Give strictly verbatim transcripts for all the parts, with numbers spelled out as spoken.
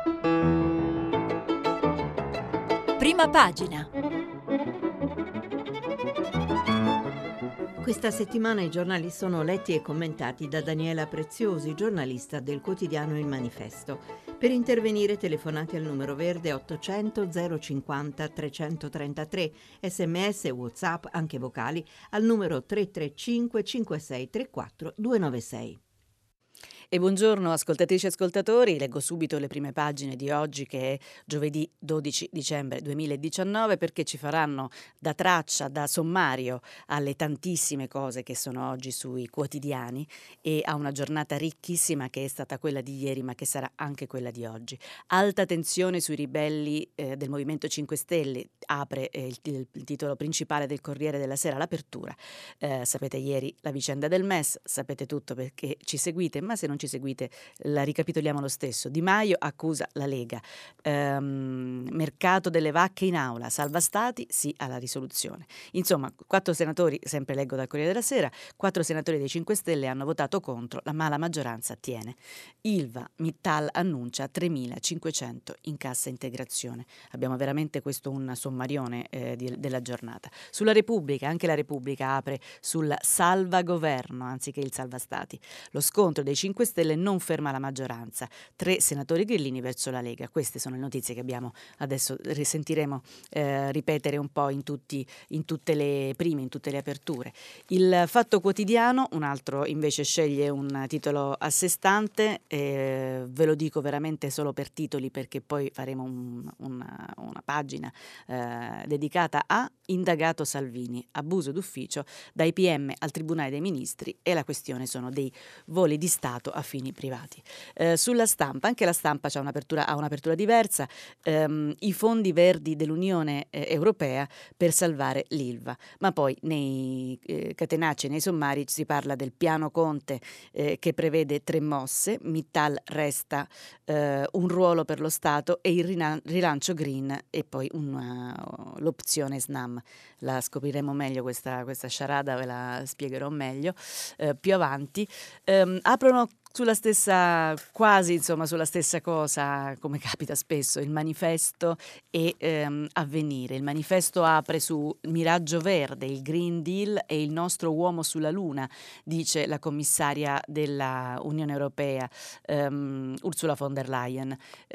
Prima pagina. Questa settimana i giornali sono letti e commentati da Daniela Preziosi, giornalista del quotidiano Il Manifesto. Per intervenire telefonate al numero verde ottocento zero cinquanta trecentotrentatré, sms e WhatsApp, anche vocali, al numero tre tre cinque cinque sei tre quattro due nove sei. E buongiorno ascoltatrici e ascoltatori, leggo subito le prime pagine di oggi che è giovedì dodici dicembre duemiladiciannove, perché ci faranno da traccia, da sommario alle tantissime cose che sono oggi sui quotidiani e a una giornata ricchissima che è stata quella di ieri ma che sarà anche quella di oggi. Alta tensione sui ribelli eh, del Movimento cinque Stelle, apre eh, il, il, il titolo principale del Corriere della Sera, l'apertura. Eh, sapete ieri la vicenda del M E S, sapete tutto perché ci seguite, ma se non ci seguite la ricapitoliamo lo stesso. Di Maio accusa la Lega, ehm, mercato delle vacche in aula, salva stati, sì alla risoluzione. Insomma, quattro senatori, sempre leggo dal Corriere della Sera, quattro senatori dei cinque Stelle hanno votato contro, la mala maggioranza tiene. Ilva, Mittal annuncia tremilacinquecento in cassa integrazione. Abbiamo veramente questo un sommarione eh, di, della giornata. Sulla Repubblica, anche la Repubblica apre sul salvagoverno anziché il salvastati. Lo scontro dei cinque Stelle non ferma la maggioranza. Tre senatori grillini verso la Lega. Queste sono le notizie che abbiamo adesso risentiremo eh, ripetere un po' in, tutti, in tutte le prime, in tutte le aperture. Il Fatto Quotidiano, un altro invece sceglie un titolo a sé stante, eh, ve lo dico veramente solo per titoli perché poi faremo un, una, una pagina eh, dedicata a indagato Salvini, abuso d'ufficio dai P M al Tribunale dei Ministri e la questione sono dei voli di Stato a fini privati. Eh, sulla Stampa, anche la Stampa c'ha un'apertura, ha un'apertura diversa, ehm, i fondi verdi dell'Unione eh, Europea per salvare l'Ilva, ma poi nei eh, catenacci, nei sommari si parla del piano Conte eh, che prevede tre mosse, Mittal resta eh, un ruolo per lo Stato e il rilan- rilancio green e poi una, l'opzione Snam. La scopriremo meglio questa, questa sciarada, ve la spiegherò meglio eh, più avanti. Um, aprono sulla stessa, quasi insomma sulla stessa cosa, come capita spesso, il Manifesto e ehm, Avvenire. Il Manifesto apre su Miraggio Verde, il Green Deal e il nostro uomo sulla Luna, dice la commissaria dell'Unione Europea ehm, Ursula von der Leyen,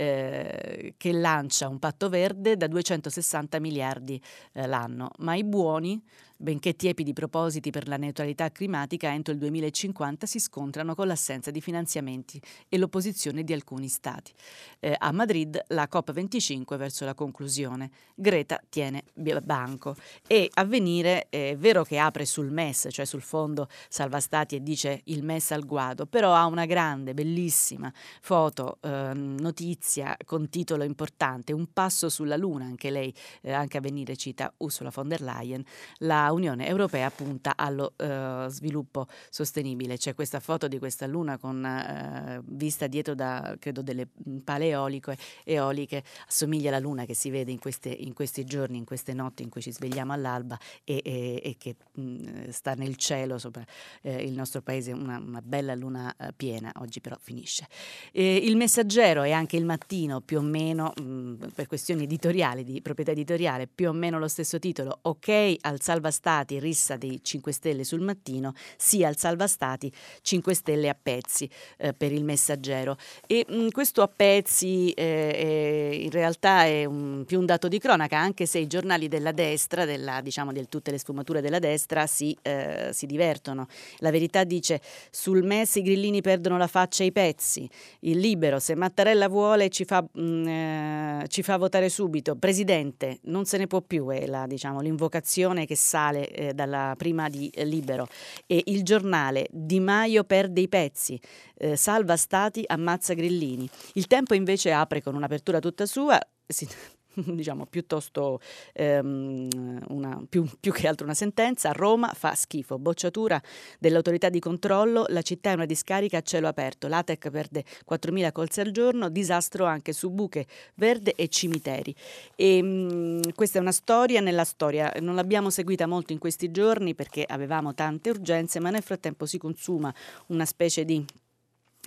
eh, che lancia un patto verde da duecentosessanta miliardi eh, l'anno, ma i buoni, benché tiepidi propositi per la neutralità climatica entro il duemilacinquanta si scontrano con l'assenza di finanziamenti e l'opposizione di alcuni stati. Eh, a Madrid la COP venticinque verso la conclusione. Greta tiene banco. E Avvenire è vero che apre sul M E S, cioè sul fondo salva stati, e dice il M E S al guado, però ha una grande, bellissima foto, eh, notizia con titolo importante, un passo sulla luna, anche lei, eh, anche Avvenire cita Ursula von der Leyen, la Unione Europea punta allo uh, sviluppo sostenibile. C'è questa foto di questa luna con uh, vista dietro da, credo, delle pale eoliche, eoliche, assomiglia alla luna che si vede in, queste, in questi giorni, in queste notti in cui ci svegliamo all'alba e, e, e che mh, sta nel cielo sopra eh, il nostro paese, una, una bella luna uh, piena, oggi però finisce. Eh, il Messaggero e anche il Mattino più o meno, mh, per questioni editoriali, di proprietà editoriale, più o meno lo stesso titolo, ok al salva Stati, rissa dei cinque Stelle sul Mattino, sì al salva Stati, cinque Stelle a pezzi eh, per il Messaggero. E mh, questo a pezzi eh, eh, in realtà è un, più un dato di cronaca, anche se i giornali della destra, della, diciamo di tutte le sfumature della destra, si, eh, si divertono. La Verità dice sul M E S i grillini perdono la faccia e i pezzi. Il Libero, se Mattarella vuole ci fa, mh, eh, ci fa votare subito. Presidente, non se ne può più, è la, diciamo, l'invocazione che sale eh, dalla prima di eh, Libero. E il Giornale, Di Maio perde i pezzi, eh, salva Stati, ammazza grillini. Il Tempo invece apre con un'apertura tutta sua, si, diciamo piuttosto ehm, una, più, più che altro una sentenza. Roma fa schifo, bocciatura dell'autorità di controllo, la città è una discarica a cielo aperto, l'A T E C perde quattromila colse al giorno, disastro anche su buche verde e cimiteri. E, mh, questa è una storia nella storia, non l'abbiamo seguita molto in questi giorni perché avevamo tante urgenze, ma nel frattempo si consuma una specie di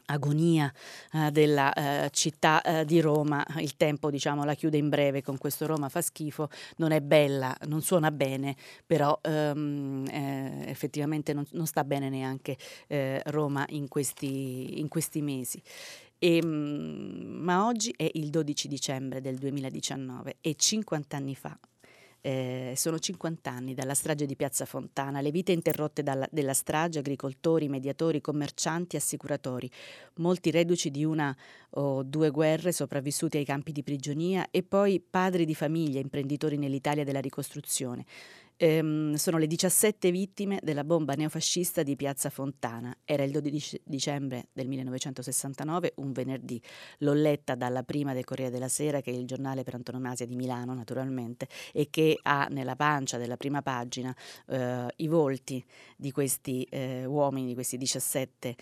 agonia eh, della eh, città eh, di Roma. Il tempo, diciamo, la chiude in breve con questo Roma fa schifo, non è bella, non suona bene, però ehm, eh, effettivamente non, non sta bene neanche eh, Roma in questi, in questi mesi. E, mm, ma oggi è il dodici dicembre del duemiladiciannove e cinquanta anni fa, eh, sono cinquanta anni dalla strage di Piazza Fontana, le vite interrotte dalla, della strage, agricoltori, mediatori, commercianti, assicuratori, molti reduci di una o due guerre, sopravvissuti ai campi di prigionia, e poi padri di famiglia, imprenditori nell'Italia della ricostruzione. Ehm, sono le diciassette vittime della bomba neofascista di Piazza Fontana. Era il dodici dicembre del millenovecentosessantanove, un venerdì. L'ho letta dalla prima del Corriere della Sera, che è il giornale per antonomasia di Milano, naturalmente, e che ha nella pancia della prima pagina eh, i volti di questi eh, uomini, di questi diciassette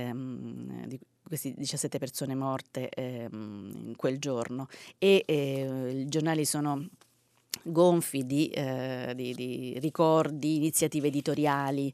ehm, di queste diciassette persone morte ehm, in quel giorno, e eh, i giornali sono gonfi di, eh, di, di ricordi, iniziative editoriali,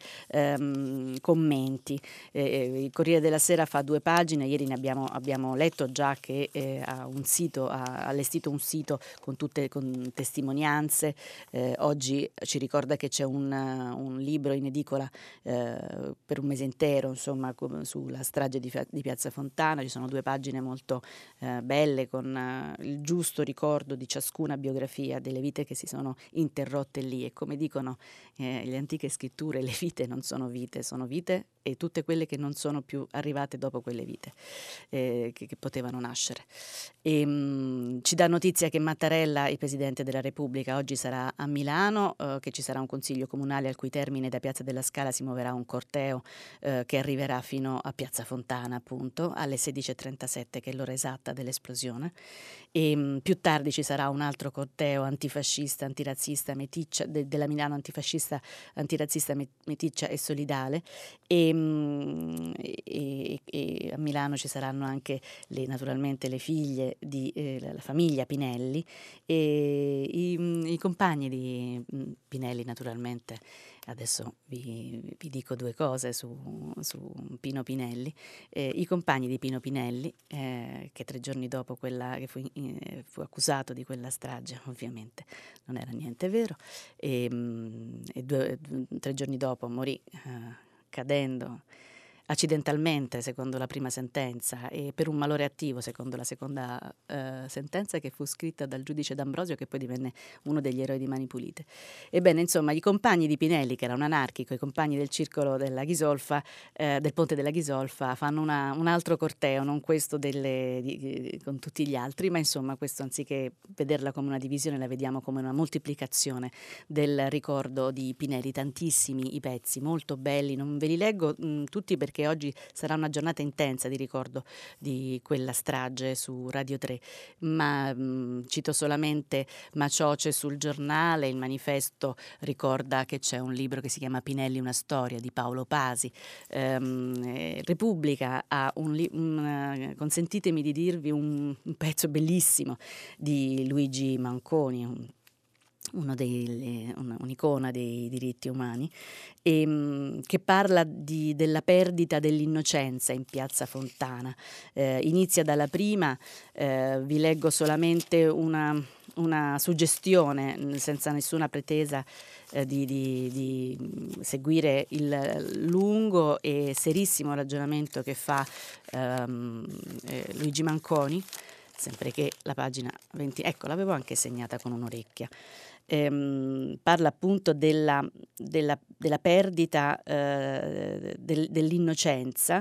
ehm, commenti. Eh, il Corriere della Sera fa due pagine, ieri ne abbiamo, abbiamo letto già che eh, ha un sito, ha allestito un sito con tutte con testimonianze. Eh, oggi ci ricorda che c'è un, un libro in edicola eh, per un mese intero, insomma, sulla strage di, di Piazza Fontana. Ci sono due pagine molto eh, belle, con eh, il giusto ricordo di ciascuna biografia delle vite che si sono interrotte lì. E come dicono eh, le antiche scritture, le vite non sono vite, sono vite e tutte quelle che non sono più arrivate dopo quelle vite eh, che, che potevano nascere. E, mh, ci dà notizia che Mattarella, il Presidente della Repubblica, oggi sarà a Milano, eh, che ci sarà un consiglio comunale al cui termine da Piazza della Scala si muoverà un corteo eh, che arriverà fino a Piazza Fontana, appunto, alle sedici e trentasette, che è l'ora esatta dell'esplosione. E mh, più tardi ci sarà un altro corteo antifascista, antirazzista, meticcia, de, della Milano antifascista, antirazzista, meticcia e solidale. E, mh, e, e a Milano ci saranno anche le, naturalmente le figlie di eh, la famiglia Pinelli e i, i compagni di mh, Pinelli, naturalmente. Adesso vi, vi dico due cose su, su Pino Pinelli. Eh, I compagni di Pino Pinelli, eh, che tre giorni dopo quella, che fu, eh, fu accusato di quella strage, ovviamente non era niente vero, e, mh, e due, tre giorni dopo morì eh, cadendo accidentalmente, secondo la prima sentenza, e per un malore attivo, secondo la seconda eh, sentenza, che fu scritta dal giudice D'Ambrosio, che poi divenne uno degli eroi di Mani Pulite. Ebbene, insomma, i compagni di Pinelli, che era un anarchico, i compagni del circolo della Ghisolfa, eh, del Ponte della Ghisolfa, fanno una, un altro corteo, non questo delle, di, con tutti gli altri, ma insomma questo, anziché vederla come una divisione, la vediamo come una moltiplicazione del ricordo di Pinelli. Tantissimi i pezzi, molto belli, non ve li leggo mh, tutti perché che oggi sarà una giornata intensa di ricordo di quella strage su Radio tre, ma mh, cito solamente Macioce sul giornale. Il Manifesto ricorda che c'è un libro che si chiama Pinelli, una storia, di Paolo Pasi. ehm, eh, Repubblica ha un, li- un uh, consentitemi di dirvi un, un pezzo bellissimo di Luigi Manconi, un uno dei, un, un'icona dei diritti umani, e, mh, che parla di, della perdita dell'innocenza in Piazza Fontana. Eh, inizia dalla prima, eh, vi leggo solamente una, una suggestione, senza nessuna pretesa eh, di, di, di seguire il lungo e serissimo ragionamento che fa ehm, eh, Luigi Manconi, sempre che la pagina venti, ecco, l'avevo anche segnata con un'orecchia. Ehm, parla appunto della, della, della perdita eh, del, dell'innocenza.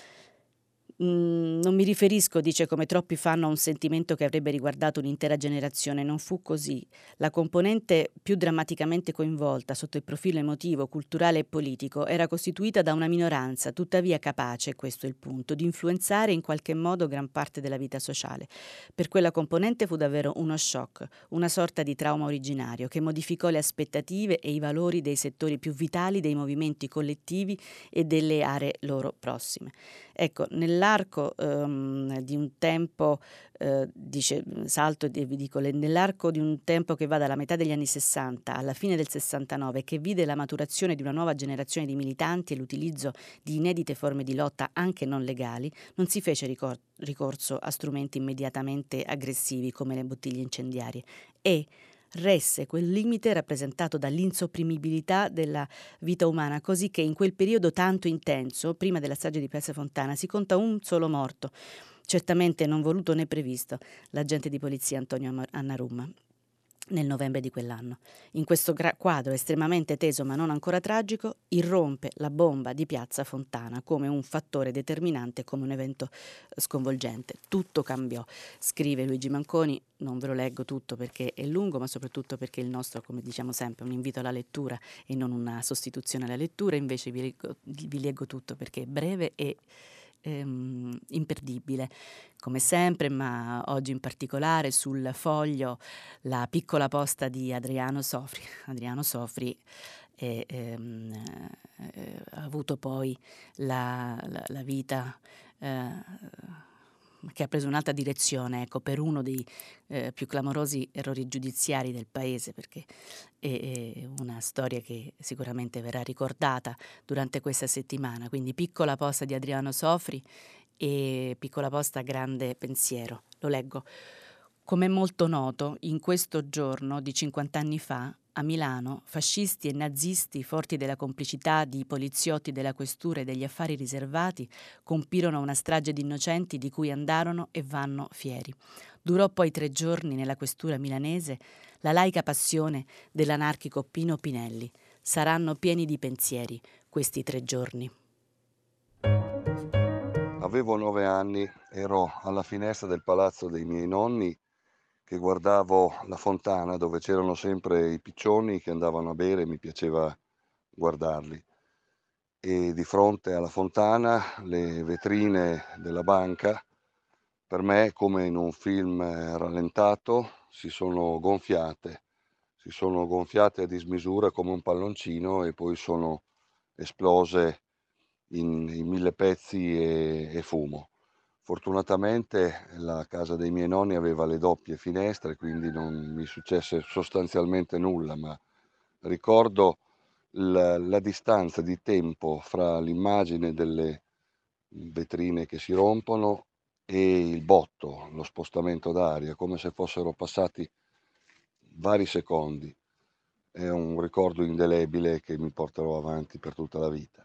Mm, non mi riferisco, dice, come troppi fanno, a un sentimento che avrebbe riguardato un'intera generazione. Non fu così. La componente più drammaticamente coinvolta sotto il profilo emotivo, culturale e politico era costituita da una minoranza, tuttavia capace, questo è il punto, di influenzare in qualche modo gran parte della vita sociale. Per quella componente fu davvero uno shock, una sorta di trauma originario che modificò le aspettative e i valori dei settori più vitali dei movimenti collettivi e delle aree loro prossime. Ecco, nell'arco ehm, di un tempo, eh, dice, salto e vi dico, le- nell'arco di un tempo che va dalla metà degli anni sessanta alla fine del sessantanove, che vide la maturazione di una nuova generazione di militanti e l'utilizzo di inedite forme di lotta anche non legali, non si fece ricor- ricorso a strumenti immediatamente aggressivi come le bottiglie incendiarie e resse quel limite rappresentato dall'insopprimibilità della vita umana, così che in quel periodo tanto intenso, prima della strage di Piazza Fontana, si conta un solo morto, certamente non voluto né previsto, l'agente di polizia Antonio Ama- Annarumma, nel novembre di quell'anno. In questo gra- quadro estremamente teso ma non ancora tragico, irrompe la bomba di Piazza Fontana come un fattore determinante, come un evento eh, sconvolgente. Tutto cambiò, scrive Luigi Manconi. Non ve lo leggo tutto perché è lungo, ma soprattutto perché il nostro, come diciamo sempre, è un invito alla lettura e non una sostituzione alla lettura. Invece vi leggo, vi leggo tutto perché è breve e ehm, imperdibile, come sempre, ma oggi in particolare sul foglio la piccola posta di Adriano Sofri. Adriano Sofri è, ehm, eh, ha avuto poi la, la- la vita eh, che ha preso un'altra direzione, ecco, per uno dei eh, più clamorosi errori giudiziari del paese, perché è, è una storia che sicuramente verrà ricordata durante questa settimana. Quindi piccola posta di Adriano Sofri e piccola posta grande pensiero. Lo leggo. Come è molto noto, in questo giorno di cinquanta anni fa, a Milano, fascisti e nazisti, forti della complicità di poliziotti della questura e degli affari riservati, compirono una strage di innocenti di cui andarono e vanno fieri. Durò poi tre giorni nella questura milanese la laica passione dell'anarchico Pino Pinelli. Saranno pieni di pensieri questi tre giorni. Avevo nove anni, ero alla finestra del palazzo dei miei nonni che guardavo la fontana dove c'erano sempre i piccioni che andavano a bere e mi piaceva guardarli. E di fronte alla fontana le vetrine della banca, per me, come in un film eh, rallentato, si sono gonfiate, si sono gonfiate a dismisura come un palloncino e poi sono esplose in, in mille pezzi e, e fumo. Fortunatamente la casa dei miei nonni aveva le doppie finestre, quindi non mi successe sostanzialmente nulla, ma ricordo la, la distanza di tempo fra l'immagine delle vetrine che si rompono e il botto, lo spostamento d'aria, come se fossero passati vari secondi. È un ricordo indelebile che mi porterò avanti per tutta la vita.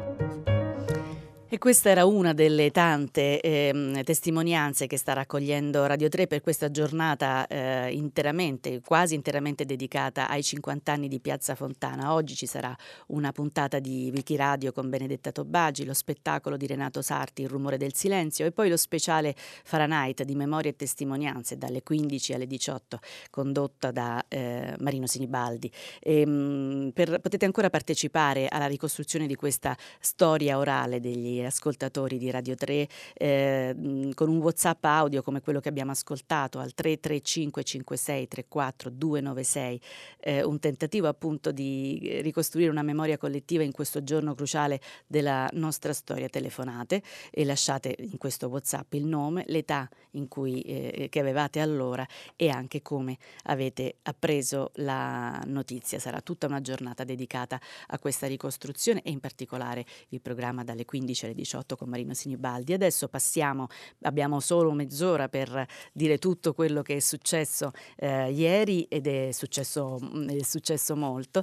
E questa era una delle tante ehm, testimonianze che sta raccogliendo Radio tre per questa giornata eh, interamente, quasi interamente dedicata ai cinquanta anni di Piazza Fontana. Oggi ci sarà una puntata di Wikiradio con Benedetta Tobagi, lo spettacolo di Renato Sarti, Il rumore del silenzio, e poi lo speciale Fahrenheit di memorie e testimonianze dalle quindici alle diciotto, condotta da eh, Marino Sinibaldi. E, mh, per, potete ancora partecipare alla ricostruzione di questa storia orale degli ascoltatori di Radio tre eh, mh, con un WhatsApp audio come quello che abbiamo ascoltato al tre tre cinque cinque sei tre quattro due nove sei, eh, un tentativo appunto di ricostruire una memoria collettiva in questo giorno cruciale della nostra storia. Telefonate e lasciate in questo WhatsApp il nome, l'età in cui, eh, che avevate allora e anche come avete appreso la notizia. Sarà tutta una giornata dedicata a questa ricostruzione e in particolare il programma dalle quindici alle diciotto con Marino Sinibaldi. Adesso passiamo, abbiamo solo mezz'ora per dire tutto quello che è successo eh, ieri ed è successo, è successo molto.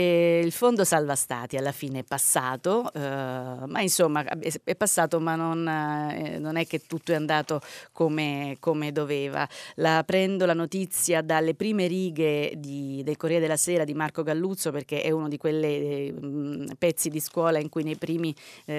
E il fondo salva stati alla fine è passato, eh, ma insomma è, è passato ma non, eh, non è che tutto è andato come, come doveva. La prendo la notizia dalle prime righe di, del Corriere della Sera di Marco Galluzzo, perché è uno di quei eh, pezzi di scuola in cui nei primi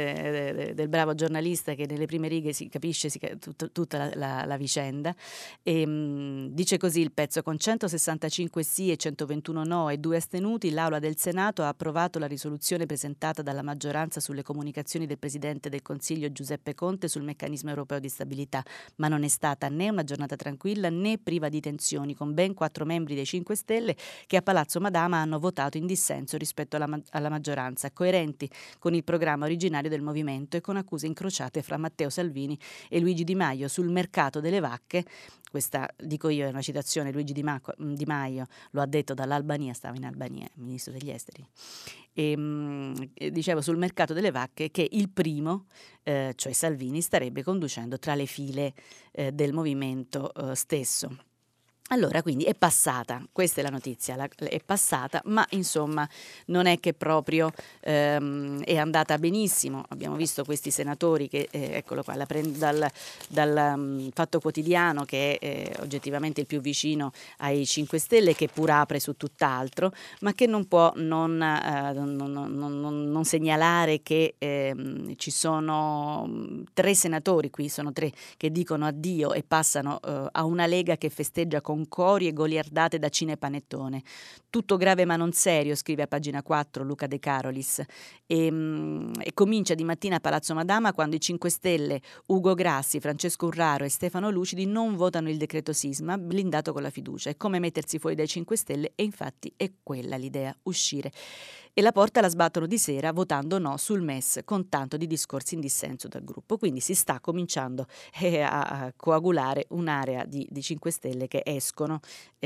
eh, del bravo giornalista che nelle prime righe si capisce si, tut, tutta la, la, la vicenda. E, mh, dice così il pezzo: con centosessantacinque sì e centoventuno no e due astenuti, l'Aula del Senato ha approvato la risoluzione presentata dalla maggioranza sulle comunicazioni del Presidente del Consiglio Giuseppe Conte sul meccanismo europeo di stabilità, ma non è stata né una giornata tranquilla né priva di tensioni, con ben quattro membri dei cinque Stelle che a Palazzo Madama hanno votato in dissenso rispetto alla, alla maggioranza, coerenti con il programma originario del movimento movimento e con accuse incrociate fra Matteo Salvini e Luigi Di Maio sul mercato delle vacche. Questa, dico io, è una citazione, Luigi Di, Ma- Di Maio lo ha detto dall'Albania, stava in Albania, ministro degli esteri, e, mh, e dicevo sul mercato delle vacche che il primo, eh, cioè Salvini, starebbe conducendo tra le file eh, del movimento eh, stesso. Allora, quindi è passata, questa è la notizia, la, è passata, ma insomma non è che proprio ehm, è andata benissimo. Abbiamo visto questi senatori che, eh, eccolo qua, la prendo dal, dal um, Fatto Quotidiano, che è eh, oggettivamente il più vicino ai cinque Stelle, che pur apre su tutt'altro, ma che non può non, eh, non, non, non, non segnalare che ehm, ci sono tre senatori, qui sono tre, che dicono addio e passano eh, a una Lega che festeggia con cori e goliardate da cinepanettone. Tutto grave ma non serio, scrive a pagina quattro Luca De Carolis, e, mh, e comincia di mattina a Palazzo Madama quando i cinque Stelle, Ugo Grassi, Francesco Urraro e Stefano Lucidi non votano il decreto sisma blindato con la fiducia. È come mettersi fuori dai cinque Stelle e infatti è quella l'idea, uscire. E la porta la sbattono di sera votando no sul M E S con tanto di discorsi in dissenso dal gruppo. Quindi si sta cominciando eh, a, a coagulare un'area di, di cinque Stelle che escono,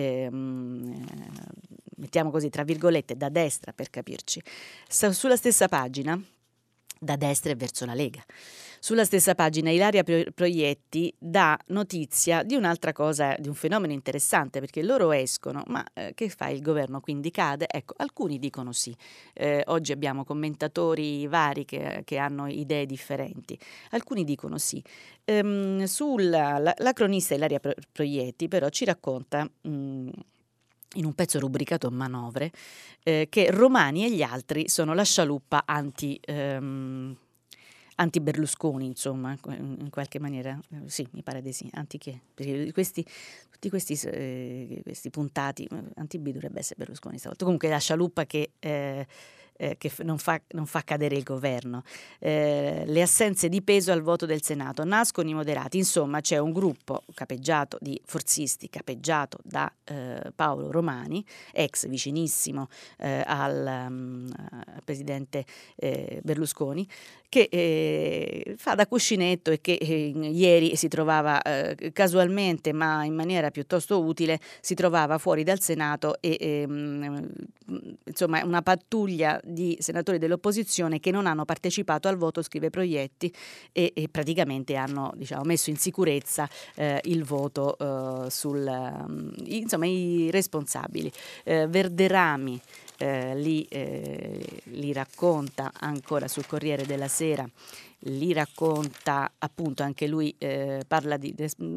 ehm, eh, mettiamo così, tra virgolette, da destra per capirci. Sa- sulla stessa pagina, da destra e verso la Lega. Sulla stessa pagina Ilaria Proietti dà notizia di un'altra cosa, di un fenomeno interessante, perché loro escono, ma eh, che fa il governo? Quindi cade? Ecco, alcuni dicono sì. Eh, oggi abbiamo commentatori vari che, che hanno idee differenti. Alcuni dicono sì. Ehm, sulla, la, la cronista Ilaria Proietti però ci racconta mh, in un pezzo rubricato Manovre, eh, che Romani e gli altri sono la scialuppa anti... Ehm, anti-Berlusconi, insomma, in qualche maniera, eh, sì, mi pare di sì, anti che? Perché questi, tutti questi, eh, questi puntati, anti-B dovrebbe essere Berlusconi stavolta, comunque la scialuppa che... Eh, eh, che non fa, non fa cadere il governo, eh, le assenze di peso al voto del Senato, nascono i moderati, insomma c'è un gruppo capeggiato di forzisti, capeggiato da eh, Paolo Romani, ex vicinissimo eh, al, um, al presidente eh, Berlusconi, che eh, fa da cuscinetto e che eh, ieri si trovava eh, casualmente, ma in maniera piuttosto utile, si trovava fuori dal Senato e ehm, insomma una pattuglia di senatori dell'opposizione che non hanno partecipato al voto, scrive Proietti, e, e praticamente hanno, diciamo, messo in sicurezza eh, il voto eh, sul um, insomma i responsabili. Eh, Verderami Eh, li, eh, li racconta ancora sul Corriere della Sera, li racconta appunto anche lui, eh, parla di,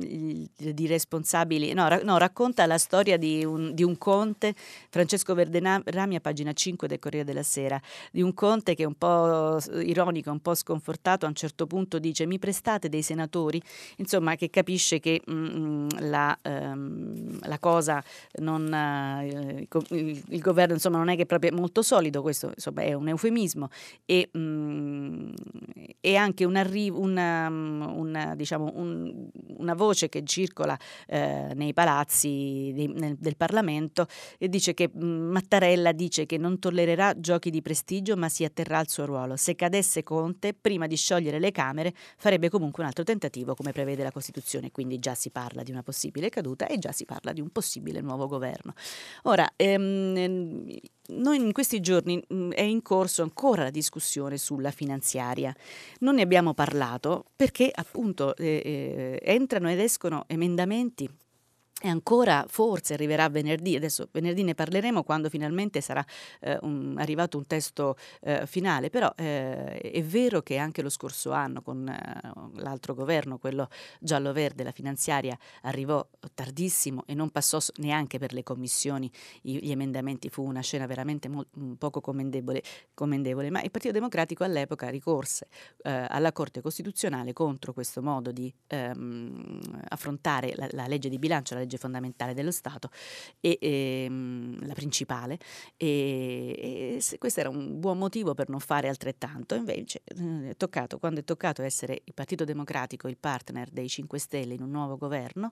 di responsabili, no, ra- no, racconta la storia di un, di un conte, Francesco Verderami a pagina cinque del Corriere della Sera, di un conte che è un po' ironico, un po' sconfortato, a un certo punto dice: mi prestate dei senatori? Insomma, che capisce che mm, la, ehm, la cosa non eh, il, il governo insomma non è che proprio è molto solido, questo insomma è un eufemismo, e, mm, e anche un arrivo, una, una, diciamo, un, una voce che circola eh, nei palazzi dei, nel, del Parlamento, e dice che mh, Mattarella dice che non tollererà giochi di prestigio ma si atterrà al suo ruolo. Se cadesse Conte, prima di sciogliere le Camere farebbe comunque un altro tentativo come prevede la Costituzione, quindi già si parla di una possibile caduta e già si parla di un possibile nuovo governo. Ora, ehm, noi in questi giorni mh, è in corso ancora la discussione sulla finanziaria. Non ne abbiamo parlato perché appunto eh, eh, entrano ed escono emendamenti. E ancora forse arriverà venerdì, adesso venerdì ne parleremo quando finalmente sarà eh, un, arrivato un testo eh, finale, però eh, è vero che anche lo scorso anno con eh, l'altro governo, quello giallo-verde, la finanziaria arrivò tardissimo e non passò neanche per le commissioni gli emendamenti, fu una scena veramente mo- poco commendevole, commendevole, ma il Partito Democratico all'epoca ricorse eh, alla Corte Costituzionale contro questo modo di ehm, affrontare la, la legge di bilancio, la legge legge fondamentale dello Stato, e ehm, la principale, e, e se questo era un buon motivo per non fare altrettanto. Invece eh, è toccato, quando è toccato essere il Partito Democratico il partner dei cinque Stelle in un nuovo governo,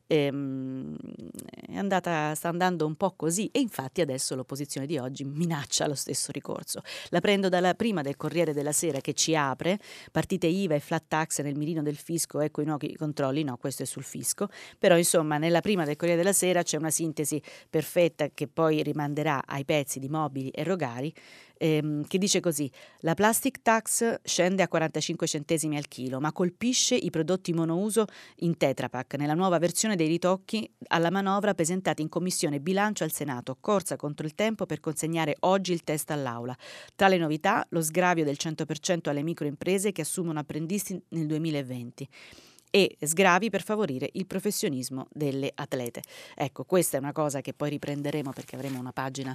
ehm, è andata, sta andando un po' così, e infatti adesso l'opposizione di oggi minaccia lo stesso ricorso. La prendo dalla prima del Corriere della Sera, che ci apre: partite I V A e flat tax nel mirino del fisco, ecco i nuovi controlli. No, questo è sul fisco, però insomma nella prima del Corriere della Sera c'è una sintesi perfetta che poi rimanderà ai pezzi di mobili e rogali, ehm, che dice così: la plastic tax scende a quarantacinque centesimi al chilo, ma colpisce i prodotti monouso in Tetra Pak nella nuova versione dei ritocchi alla manovra presentati in Commissione Bilancio al Senato, corsa contro il tempo per consegnare oggi il testo all'Aula. Tra le novità, lo sgravio del cento per cento alle microimprese che assumono apprendisti nel duemilaventi e sgravi per favorire il professionismo delle atlete. Ecco, questa è una cosa che poi riprenderemo, perché avremo una pagina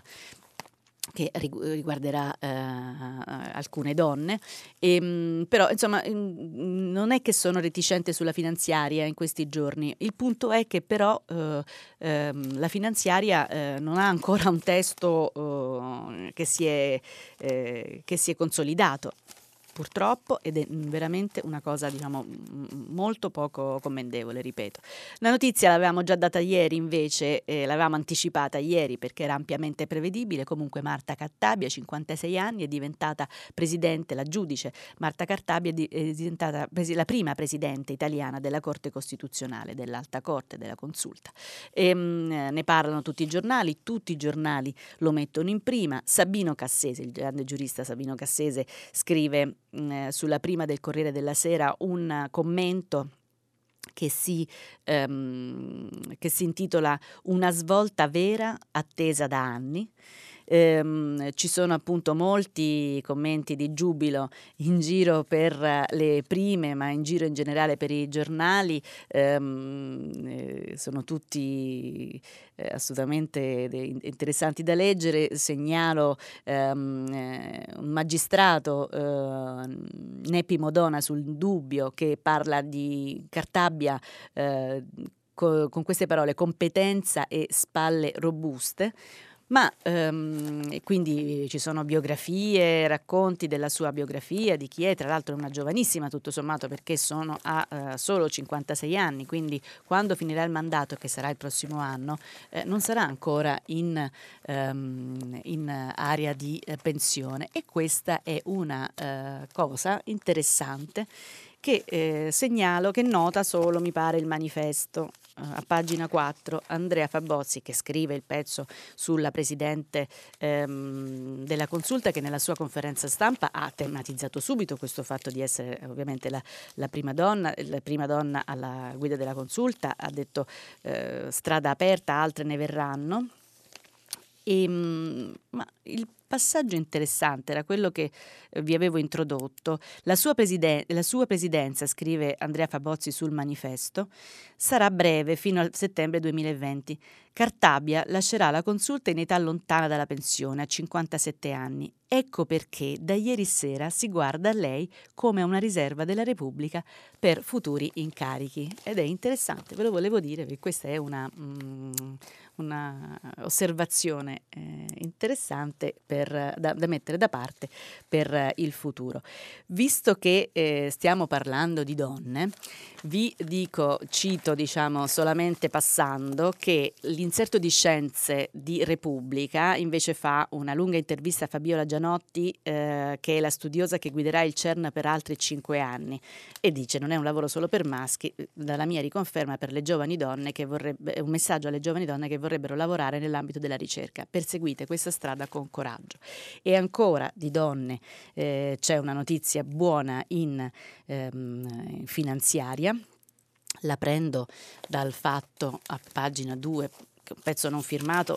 che rigu- riguarderà eh, alcune donne, e, mh, però insomma mh, non è che sono reticente sulla finanziaria in questi giorni. Il punto è che però eh, ehm, la finanziaria eh, non ha ancora un testo eh, che si è, eh, che si è consolidato, purtroppo, ed è veramente una cosa, diciamo, m- molto poco commendevole, ripeto. La notizia l'avevamo già data ieri, invece, eh, l'avevamo anticipata ieri perché era ampiamente prevedibile. Comunque Marta Cartabia, cinquantasei anni, è diventata presidente, la giudice Marta Cartabia è, di- è diventata presi- la prima presidente italiana della Corte Costituzionale, dell'Alta Corte, della Consulta. E, mh, ne parlano tutti i giornali, tutti i giornali lo mettono in prima. Sabino Cassese, il grande giurista Sabino Cassese, scrive mh, sulla prima del Corriere della Sera un commento che si, ehm, che si intitola "Una svolta vera attesa da anni". Ehm, ci sono appunto molti commenti di giubilo in giro per le prime, ma in giro in generale per i giornali. Ehm, eh, sono tutti eh, assolutamente de- interessanti da leggere. Segnalo ehm, eh, un magistrato, eh, Nepi Modona, sul Dubbio, che parla di Cartabia eh, co- con queste parole: competenza e spalle robuste. Ma ehm, e quindi ci sono biografie, racconti della sua biografia, di chi è, tra l'altro è una giovanissima tutto sommato, perché sono a eh, solo cinquantasei anni, quindi quando finirà il mandato, che sarà il prossimo anno, eh, non sarà ancora in, ehm, in area di eh, pensione, e questa è una eh, cosa interessante che eh, segnalo, che nota solo, mi pare, il Manifesto. Eh, a pagina quattro, Andrea Fabozzi, che scrive il pezzo sulla presidente ehm, della Consulta, che nella sua conferenza stampa ha tematizzato subito questo fatto di essere ovviamente la, la prima donna, la prima donna alla guida della Consulta. Ha detto eh, strada aperta, altre ne verranno. E, mh, ma il passaggio interessante era quello che eh, vi avevo introdotto. La sua, presiden- la sua presidenza, scrive Andrea Fabozzi sul Manifesto, sarà breve, fino al settembre duemilaventi. Cartabia lascerà la Consulta in età lontana dalla pensione, a cinquantasette anni. Ecco perché da ieri sera si guarda a lei come a una riserva della Repubblica per futuri incarichi. Ed è interessante, ve lo volevo dire, perché questa è una, mm, una osservazione eh, interessante per, da, da mettere da parte per eh, il futuro. Visto che eh, stiamo parlando di donne, vi dico, cito diciamo solamente passando, che l'inserto di Scienze di Repubblica invece fa una lunga intervista a Fabiola Gianotti, eh, che è la studiosa che guiderà il CERN per altri cinque anni, e dice: non è un lavoro solo per maschi, dalla mia riconferma per le giovani donne, che vorrebbe, un messaggio alle giovani donne che vorrebbero lavorare nell'ambito della ricerca. Perseguite questa strada con coraggio. E ancora di donne eh, c'è una notizia buona in, ehm, in finanziaria. La prendo dal Fatto, a pagina due, che è un pezzo non firmato,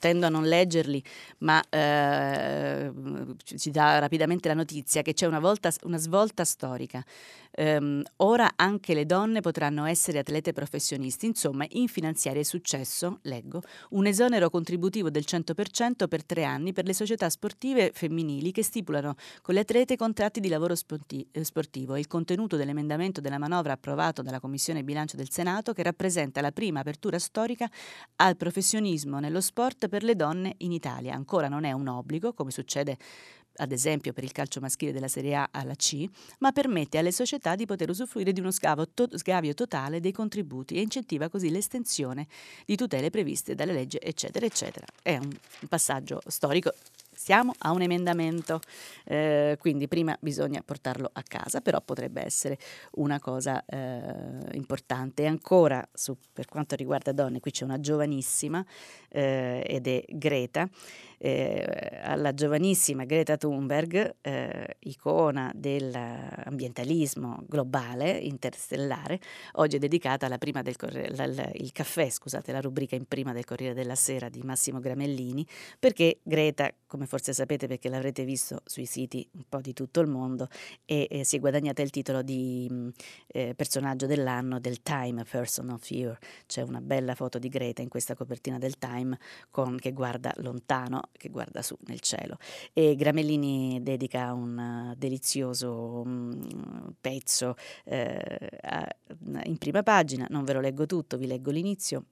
tendo a non leggerli, ma eh, ci dà rapidamente la notizia che c'è una, volta, una svolta storica. Um, ora anche le donne potranno essere atlete professionisti. Insomma, in finanziaria è successo, leggo, un esonero contributivo del cento per cento per tre anni per le società sportive femminili che stipulano con le atlete contratti di lavoro sporti- sportivo. Il contenuto dell'emendamento della manovra approvato dalla Commissione Bilancio del Senato, che rappresenta la prima apertura storica al professionismo nello sport per le donne in Italia. Ancora non è un obbligo, come succede ad esempio per il calcio maschile della Serie A alla C, ma permette alle società di poter usufruire di uno scavo to- sgravio totale dei contributi e incentiva così l'estensione di tutele previste dalle leggi, eccetera, eccetera. È un passaggio storico. Siamo a un emendamento, eh, quindi prima bisogna portarlo a casa, però potrebbe essere una cosa eh, importante. E ancora, su, per quanto riguarda donne, qui c'è una giovanissima eh, ed è Greta. Eh, alla giovanissima Greta Thunberg, eh, icona dell'ambientalismo globale, interstellare, oggi è dedicata alla prima del Corriere, la, la, il caffè, scusate, la rubrica in prima del Corriere della Sera di Massimo Gramellini, perché Greta, come forse sapete perché l'avrete visto sui siti un po' di tutto il mondo, e, e si è guadagnata il titolo di eh, personaggio dell'anno del Time Person of Year. C'è una bella foto di Greta in questa copertina del Time con, che guarda lontano, che guarda su nel cielo, e Gramellini dedica un uh, delizioso um, pezzo eh, a, in prima pagina. Non ve lo leggo tutto, vi leggo l'inizio.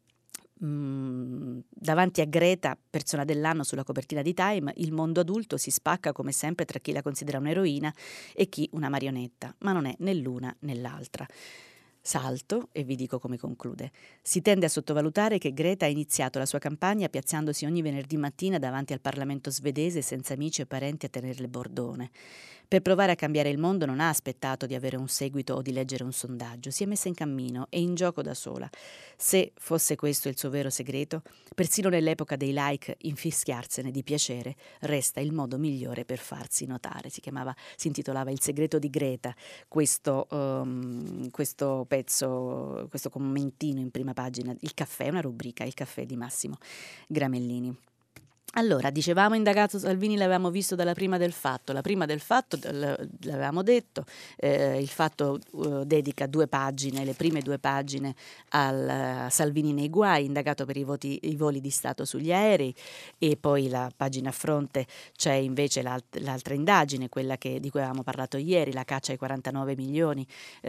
Mm, davanti a Greta, persona dell'anno sulla copertina di Time, il mondo adulto si spacca come sempre tra chi la considera un'eroina e chi una marionetta, ma non è né l'una né l'altra. Salto e vi dico come conclude. Si tende a sottovalutare che Greta ha iniziato la sua campagna piazzandosi ogni venerdì mattina davanti al Parlamento svedese senza amici e parenti a tenerle bordone. Per provare a cambiare il mondo non ha aspettato di avere un seguito o di leggere un sondaggio, si è messa in cammino e in gioco da sola. Se fosse questo il suo vero segreto, persino nell'epoca dei like infischiarsene di piacere resta il modo migliore per farsi notare. Si chiamava, si intitolava Il segreto di Greta, questo, um, questo pezzo, questo commentino in prima pagina. Il caffè, una rubrica, Il caffè di Massimo Gramellini. Allora, dicevamo indagato Salvini, l'avevamo visto dalla prima del Fatto. La prima del Fatto, l'avevamo detto, eh, il Fatto uh, dedica due pagine, le prime due pagine al uh, Salvini nei guai, indagato per i, voti, i voli di Stato sugli aerei, e poi la pagina a fronte c'è invece l'alt- l'altra indagine, quella che, di cui avevamo parlato ieri, la caccia ai quarantanove milioni,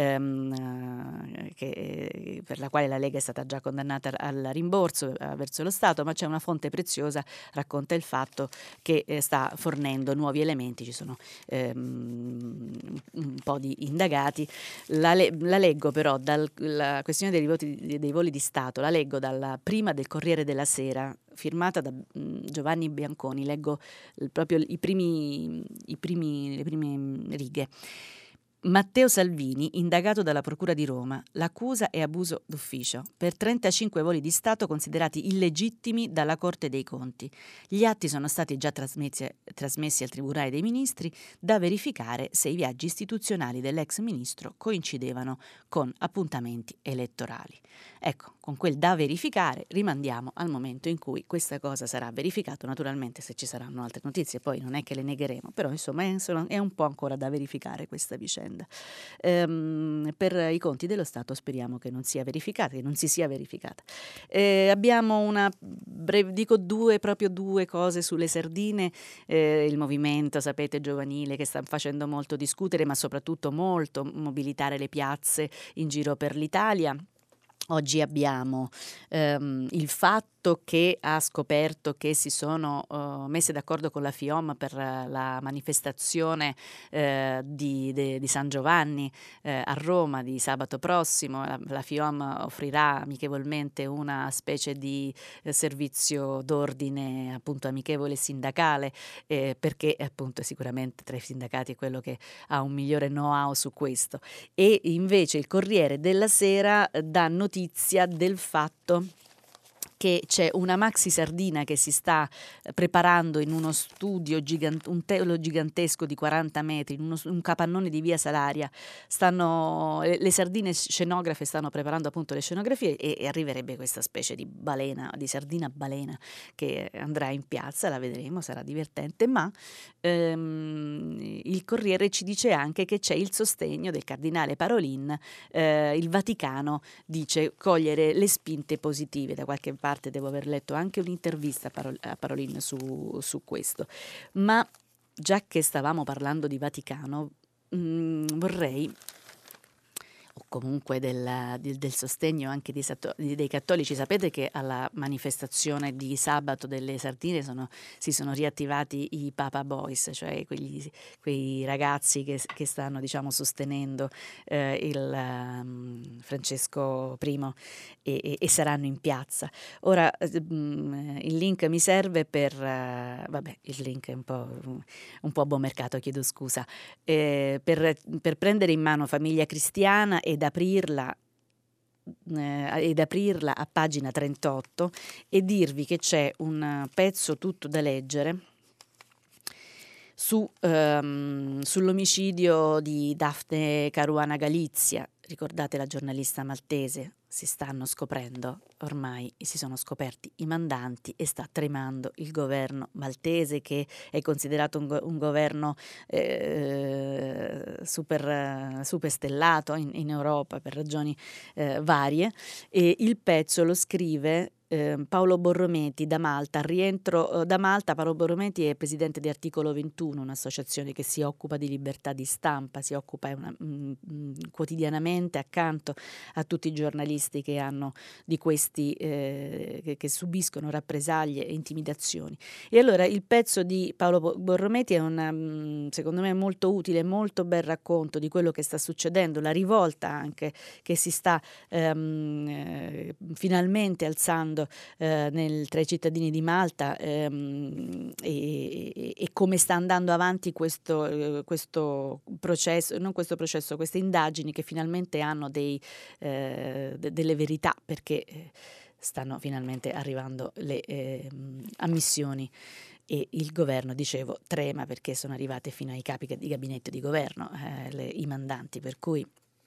ehm, uh, che, per la quale la Lega è stata già condannata al rimborso uh, verso lo Stato, ma c'è una fonte preziosa, racconta il fatto che eh, sta fornendo nuovi elementi. Ci sono ehm, un po' di indagati. La, le- la leggo però dalla questione dei, voti, dei voli di Stato, la leggo dalla prima del Corriere della Sera, firmata da mh, Giovanni Bianconi. Leggo il, proprio i primi, i primi, le prime righe. Matteo Salvini, indagato dalla Procura di Roma. L'accusa è abuso d'ufficio per trentacinque voli di Stato considerati illegittimi dalla Corte dei Conti. Gli atti sono stati già trasmessi, trasmessi al Tribunale dei Ministri, da verificare se i viaggi istituzionali dell'ex ministro coincidevano con appuntamenti elettorali. Ecco, con quel da verificare rimandiamo al momento in cui questa cosa sarà verificata, naturalmente se ci saranno altre notizie, poi non è che le negheremo, però insomma è, è un po' ancora da verificare questa vicenda. Ehm, per i conti dello Stato speriamo che non sia verificata, che non si sia verificata. Eh, abbiamo una breve, dico due, proprio due cose sulle sardine, eh, il movimento, sapete, giovanile che sta facendo molto discutere, ma soprattutto molto mobilitare le piazze in giro per l'Italia. Oggi abbiamo ehm, il Fatto che ha scoperto che si sono uh, messe d'accordo con la FIOM per uh, la manifestazione uh, di, de, di San Giovanni uh, a Roma di sabato prossimo. La, la FIOM offrirà amichevolmente una specie di uh, servizio d'ordine appunto amichevole sindacale, eh, perché appunto sicuramente tra i sindacati è quello che ha un migliore know-how su questo. E invece il Corriere della Sera dà notizia del fatto che c'è una maxi sardina che si sta preparando in uno studio gigant- un telo gigantesco di quaranta metri, in uno, un capannone di via Salaria. Stanno, le, le sardine scenografe stanno preparando appunto le scenografie e, e arriverebbe questa specie di balena, di sardina balena che andrà in piazza, la vedremo, sarà divertente, ma ehm, il Corriere ci dice anche che c'è il sostegno del cardinale Parolin, eh, il Vaticano dice cogliere le spinte positive. Da qualche parte devo aver letto anche un'intervista a, Parol- a Parolin su, su questo, ma già che stavamo parlando di Vaticano, mh, vorrei, o comunque del, del, del sostegno anche dei, dei cattolici. Sapete che alla manifestazione di sabato delle sardine sono, si sono riattivati i Papa Boys, cioè quegli, quei ragazzi che, che stanno, diciamo, sostenendo eh, il um, Francesco primo e, e, e saranno in piazza. Ora um, il link mi serve per uh, vabbè, il link è un po', un po' a buon mercato, chiedo scusa, eh, per, per prendere in mano Famiglia Cristiana ed aprirla, eh, ed aprirla a pagina trentotto e dirvi che c'è un pezzo tutto da leggere su, ehm, sull'omicidio di Daphne Caruana Galizia. Ricordate la giornalista maltese? Si stanno scoprendo, ormai si sono scoperti i mandanti e sta tremando il governo maltese, che è considerato un, go- un governo eh, super, super stellato in, in Europa per ragioni eh, varie, e il pezzo lo scrive Eh, Paolo Borrometi da Malta. Al rientro eh, da Malta, Paolo Borrometi è presidente di Articolo ventuno, un'associazione che si occupa di libertà di stampa, si occupa una, mh, mh, quotidianamente accanto a tutti i giornalisti che hanno di questi eh, che, che subiscono rappresaglie e intimidazioni. E allora il pezzo di Paolo Borrometi è una, mh, secondo me molto utile, molto bel racconto di quello che sta succedendo, la rivolta anche che si sta ehm, eh, finalmente alzando Eh, nel, tra i cittadini di Malta, ehm, e, e, e come sta andando avanti questo, eh, questo processo, non questo processo, queste indagini che finalmente hanno dei, eh, de, delle verità, perché eh, stanno finalmente arrivando le eh, ammissioni. E il governo, dicevo, trema perché sono arrivate fino ai capi di gabinetto di governo eh, le, i mandanti, per cui.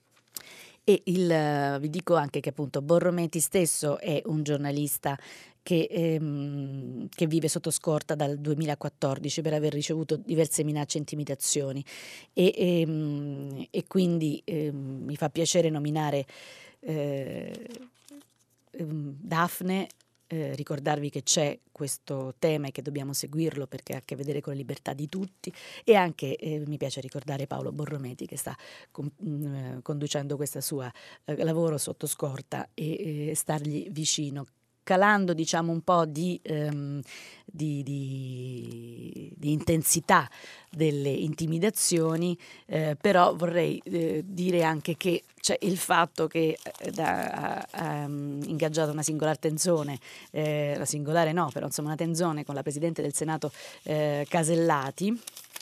E il, vi dico anche che appunto Borrometi stesso è un giornalista che, ehm, che vive sotto scorta dal duemilaquattordici per aver ricevuto diverse minacce e intimidazioni e, ehm, e quindi ehm, mi fa piacere nominare eh, ehm, Daphne. Eh, ricordarvi che c'è questo tema e che dobbiamo seguirlo perché ha a che vedere con la libertà di tutti, e anche eh, mi piace ricordare Paolo Borrometi che sta con, mh, conducendo questo suo eh, lavoro sotto scorta e eh, stargli vicino, calando, diciamo, un po' di, ehm, di, di, di intensità delle intimidazioni, eh, però vorrei eh, dire anche che c'è il fatto che eh, da, ha, ha ingaggiato una singolare tenzone, eh, la singolare no, però insomma una tenzone con la Presidente del Senato eh, Casellati.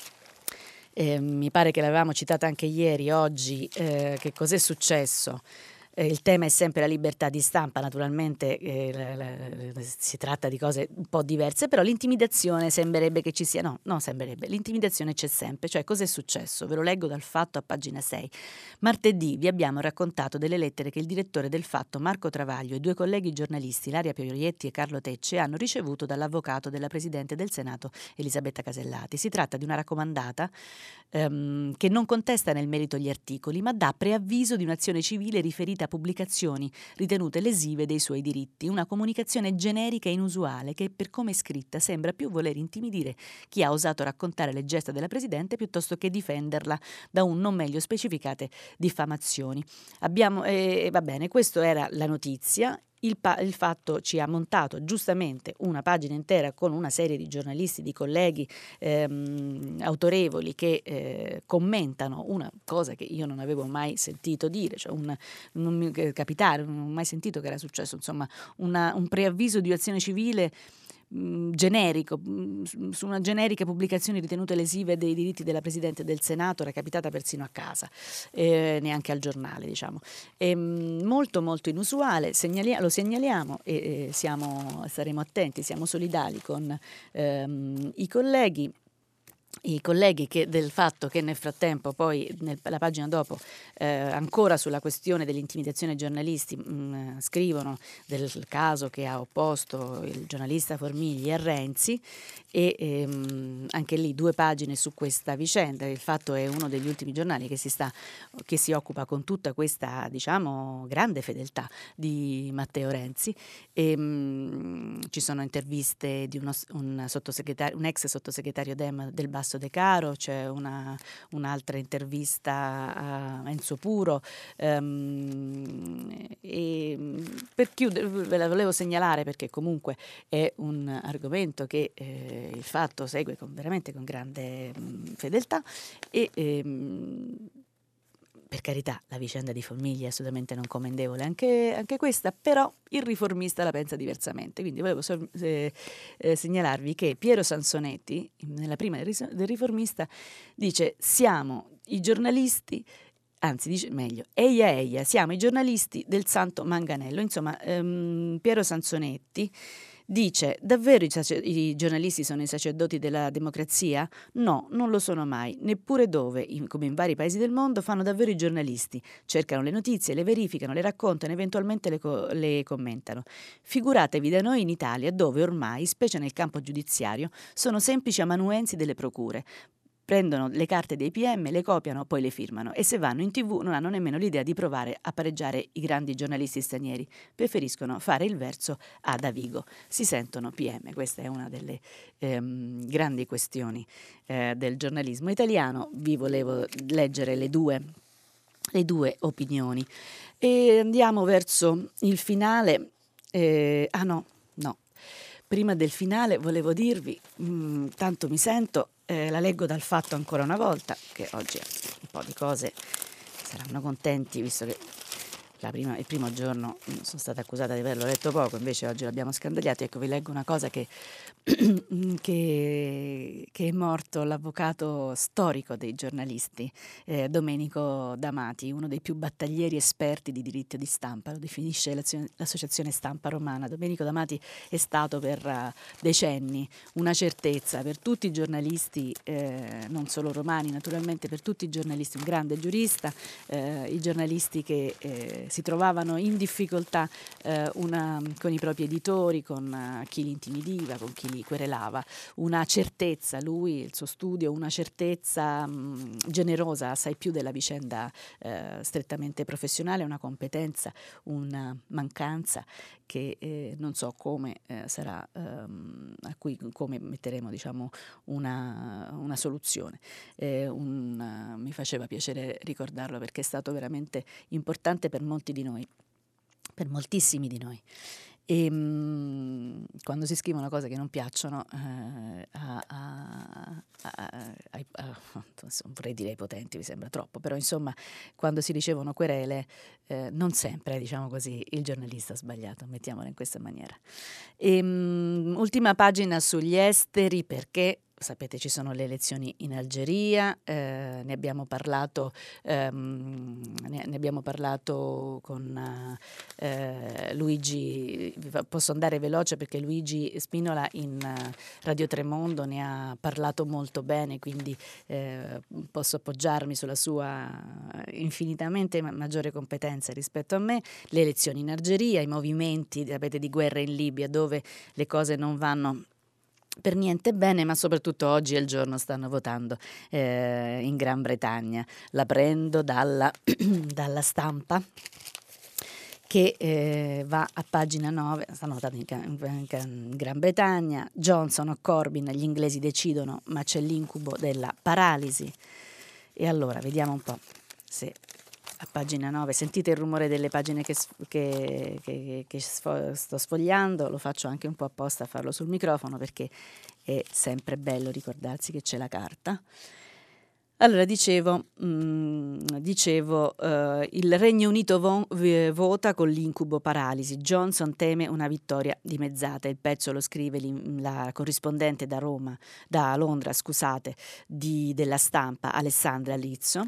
Eh, mi pare che l'avevamo citata anche ieri, oggi, eh, che cos'è successo? Eh, il tema è sempre la libertà di stampa, naturalmente eh, la, la, si tratta di cose un po' diverse, però l'intimidazione sembrerebbe che ci sia, no, non sembrerebbe, l'intimidazione c'è sempre. Cioè, cos'è successo? Ve lo leggo dal Fatto a pagina sei. Martedì vi abbiamo raccontato delle lettere che il direttore del Fatto, Marco Travaglio, e due colleghi giornalisti, Ilaria Piorietti e Carlo Tecce, hanno ricevuto dall'avvocato della Presidente del Senato, Elisabetta Casellati. Si tratta di una raccomandata ehm, che non contesta nel merito gli articoli, ma dà preavviso di un'azione civile riferita a pubblicazioni ritenute lesive dei suoi diritti, una comunicazione generica e inusuale che, per come è scritta, sembra più voler intimidire chi ha osato raccontare le gesta della Presidente piuttosto che difenderla da un non meglio specificate diffamazioni. Abbiamo, eh, va bene, questa era la notizia. Il, pa- il Fatto ci ha montato giustamente una pagina intera con una serie di giornalisti, di colleghi ehm, autorevoli che eh, commentano una cosa che io non avevo mai sentito dire, cioè un, non mi capitare, non ho mai sentito che era successo, insomma una, un preavviso di azione civile mh, generico, mh, su una generica pubblicazione ritenute lesive dei diritti della Presidente del Senato, era capitata persino a casa, eh, neanche al giornale, diciamo. E, mh, molto molto inusuale, segnali- lo segnaliamo e, e siamo, staremo attenti, siamo solidali con ehm, i colleghi. I colleghi che del fatto che nel frattempo poi nella pagina dopo eh, ancora sulla questione dell'intimidazione ai giornalisti mh, scrivono del caso che ha opposto il giornalista Formigli a Renzi e ehm, anche lì due pagine su questa vicenda. Il Fatto è uno degli ultimi giornali che si sta che si occupa con tutta questa, diciamo, grande fedeltà di Matteo Renzi e mh, ci sono interviste di uno, un, sottosegretario, un ex sottosegretario Dem del Basso De Caro, c'è una, un'altra intervista a Enzo Puro ehm, e per chiudere ve la volevo segnalare perché comunque è un argomento che eh, il Fatto segue con, veramente con grande mh, fedeltà e ehm, per carità, la vicenda di Formigli è assolutamente non commendevole, anche, anche questa, però il riformista la pensa diversamente. Quindi volevo so, eh, eh, segnalarvi che Piero Sansonetti, nella prima del, ris- del riformista, dice siamo i giornalisti, anzi dice meglio, eia eia, siamo i giornalisti del Santo Manganello. Insomma, ehm, Piero Sansonetti dice, davvero i, sacer- i giornalisti sono i sacerdoti della democrazia? No, non lo sono mai, neppure dove, in- come in vari paesi del mondo, fanno davvero i giornalisti. Cercano le notizie, le verificano, le raccontano, eventualmente le, co- le commentano. Figuratevi da noi in Italia, dove ormai, specie nel campo giudiziario, sono semplici amanuensi delle procure. Prendono le carte dei P M, le copiano, poi le firmano e se vanno in tivù non hanno nemmeno l'idea di provare a pareggiare i grandi giornalisti stranieri. Preferiscono fare il verso a Davigo. Si sentono P M. Questa è una delle ehm, grandi questioni eh, del giornalismo italiano. Vi volevo leggere le due, le due opinioni. E andiamo verso il finale. Eh, ah no, no. Prima del finale volevo dirvi, mh, tanto mi sento, eh, la leggo dal Fatto ancora una volta, che oggi un po' di cose saranno contenti, visto che la prima, il primo giorno mh, sono stata accusata di averlo letto poco, invece oggi l'abbiamo scandagliato. Ecco, vi leggo una cosa che, che, che è morto l'avvocato storico dei giornalisti, eh, Domenico Damati, uno dei più battaglieri esperti di diritto di stampa, lo definisce l'associazione Stampa Romana. Domenico Damati è stato per uh, decenni una certezza per tutti i giornalisti, eh, non solo romani, naturalmente per tutti i giornalisti, un grande giurista, eh, i giornalisti che eh, si trovavano in difficoltà eh, una, con i propri editori, con uh, chi li intimidiva, con chi li querelava, una certezza, lui, il suo studio, una certezza mh, generosa, assai più della vicenda eh, strettamente professionale, una competenza, una mancanza che eh, non so come eh, sarà, ehm, a cui come metteremo, diciamo, una, una soluzione. Eh, un, uh, mi faceva piacere ricordarlo perché è stato veramente importante per molti di noi, per moltissimi di noi. E mh, quando si scrivono cose che non piacciono eh, a, a, a, a, a, vorrei dire ai potenti, mi sembra troppo, però insomma quando si ricevono querele eh, non sempre, diciamo così, il giornalista ha sbagliato, mettiamola in questa maniera. E, mh, ultima pagina sugli esteri, perché sapete ci sono le elezioni in Algeria, eh, ne abbiamo parlato ehm, ne, ne abbiamo parlato con eh, Luigi, posso andare veloce perché Luigi Spinola in uh, Radio Tremondo ne ha parlato molto bene, quindi eh, posso appoggiarmi sulla sua infinitamente maggiore competenza rispetto a me. Le elezioni in Algeria, i movimenti, sapete, di guerra in Libia, dove le cose non vanno per niente bene, ma soprattutto oggi è il giorno stanno votando eh, in Gran Bretagna. La prendo dalla, dalla Stampa, che eh, va a pagina nove, stanno votando in, in, in Gran Bretagna, Johnson o Corbyn, gli inglesi decidono, ma c'è l'incubo della paralisi. E allora vediamo un po' se a pagina nove, sentite il rumore delle pagine che, che, che, che sfo- sto sfogliando, lo faccio anche un po' apposta a farlo sul microfono perché è sempre bello ricordarsi che c'è la carta. Allora, dicevo, mh, dicevo eh, il Regno Unito vo- v- vota con l'incubo paralisi. Johnson teme una vittoria dimezzata. Il pezzo lo scrive l'in- la corrispondente da Roma, da Londra, scusate, di- della Stampa, Alessandra Lizzo.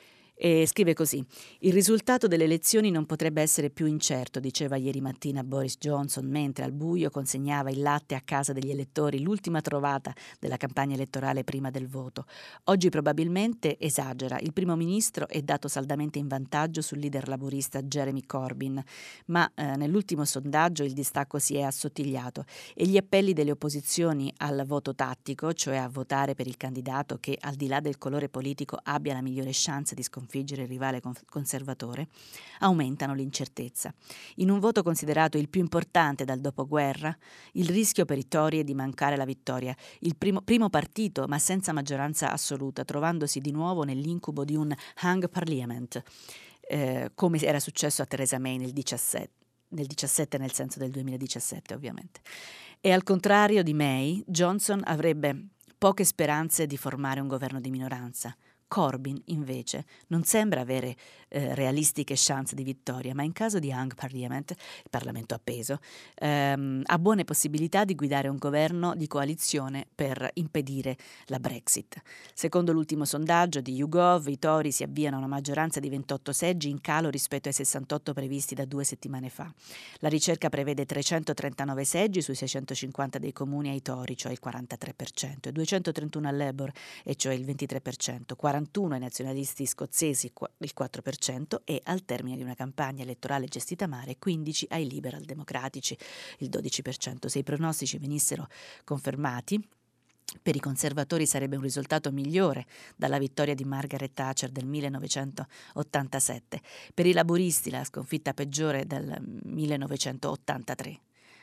E scrive così: il risultato delle elezioni non potrebbe essere più incerto, diceva ieri mattina Boris Johnson mentre al buio consegnava il latte a casa degli elettori, l'ultima trovata della campagna elettorale prima del voto. Oggi probabilmente esagera. Il primo ministro è dato saldamente in vantaggio sul leader laburista Jeremy Corbyn, ma eh, nell'ultimo sondaggio il distacco si è assottigliato e gli appelli delle opposizioni al voto tattico, cioè a votare per il candidato che al di là del colore politico abbia la migliore chance di sconfiggere il rivale conservatore, aumentano l'incertezza. In un voto considerato il più importante dal dopoguerra, il rischio per i Tory è di mancare la vittoria. Il primo, primo partito, ma senza maggioranza assoluta, trovandosi di nuovo nell'incubo di un hung parliament, eh, come era successo a Theresa May nel diciassette, nel diciassette nel senso del duemiladiciassette ovviamente. E al contrario di May, Johnson avrebbe poche speranze di formare un governo di minoranza. Corbyn, invece, non sembra avere eh, realistiche chance di vittoria, ma in caso di hung parliament, il Parlamento appeso, ehm, ha buone possibilità di guidare un governo di coalizione per impedire la Brexit. Secondo l'ultimo sondaggio di YouGov, i Tory si avviano a una maggioranza di ventotto seggi in calo rispetto ai sessantotto previsti da due settimane fa. La ricerca prevede trecentotrentanove seggi sui seicentocinquanta dei comuni ai Tory, cioè il quarantatré per cento, e duecentotrentuno al Labour, e cioè il ventitré per cento, quarantuno ai nazionalisti scozzesi, il quattro per cento, e al termine di una campagna elettorale gestita male, quindici ai liberal democratici, il dodici per cento. Se i pronostici venissero confermati, per i conservatori sarebbe un risultato migliore dalla vittoria di Margaret Thatcher del millenovecentottantasette, per i laburisti la sconfitta peggiore del millenovecentottantatré.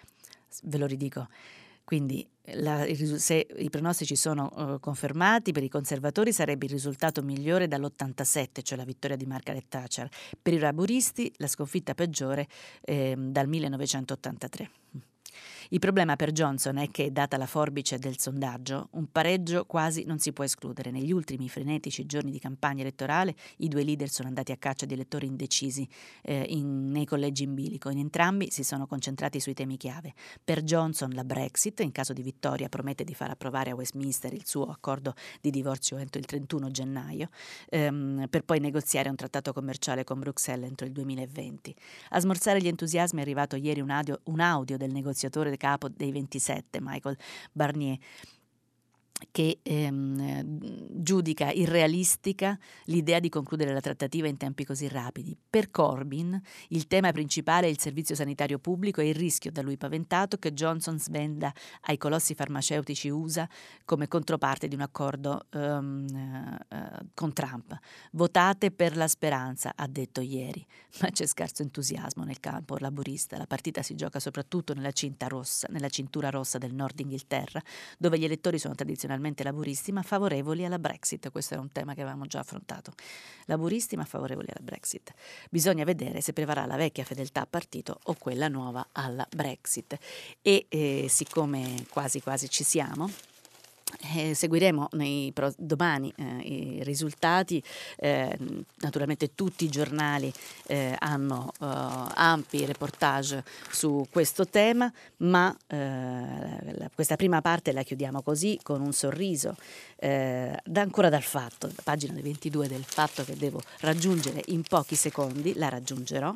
Ve lo ridico. Quindi la, se i pronostici sono uh, confermati, per i conservatori sarebbe il risultato migliore dall'ottantasette, cioè la vittoria di Margaret Thatcher. Per i laburisti la sconfitta peggiore eh, dal millenovecentottantatré. Il problema per Johnson è che, data la forbice del sondaggio, un pareggio quasi non si può escludere. Negli ultimi frenetici giorni di campagna elettorale i due leader sono andati a caccia di elettori indecisi eh, in, nei collegi in bilico. In entrambi si sono concentrati sui temi chiave. Per Johnson la Brexit, in caso di vittoria, promette di far approvare a Westminster il suo accordo di divorzio entro il trentuno gennaio, ehm, per poi negoziare un trattato commerciale con Bruxelles entro il duemilaventi. A smorzare gli entusiasmi è arrivato ieri un audio, un audio del negoziatore capo dei ventisette, Michael Barnier, che ehm, giudica irrealistica l'idea di concludere la trattativa in tempi così rapidi. Per Corbyn il tema principale è il servizio sanitario pubblico e il rischio da lui paventato che Johnson svenda ai colossi farmaceutici U S A come controparte di un accordo um, uh, con Trump. Votate per la speranza, ha detto ieri, ma c'è scarso entusiasmo nel campo laburista. La partita si gioca soprattutto nella cinta rossa, nella cintura rossa del Nord Inghilterra, dove gli elettori sono tradizionalmente laburisti ma favorevoli alla Brexit. Questo è un tema che avevamo già affrontato. Laburisti ma favorevoli alla Brexit. Bisogna vedere se prevarrà la vecchia fedeltà al partito o quella nuova alla Brexit. E eh, siccome quasi quasi ci siamo, Eh, seguiremo nei pro- domani eh, i risultati. Eh, naturalmente tutti i giornali eh, hanno eh, ampi reportage su questo tema, ma eh, la, questa prima parte la chiudiamo così, con un sorriso eh, da, ancora dal Fatto, pagina ventidue del Fatto, che devo raggiungere in pochi secondi. La raggiungerò.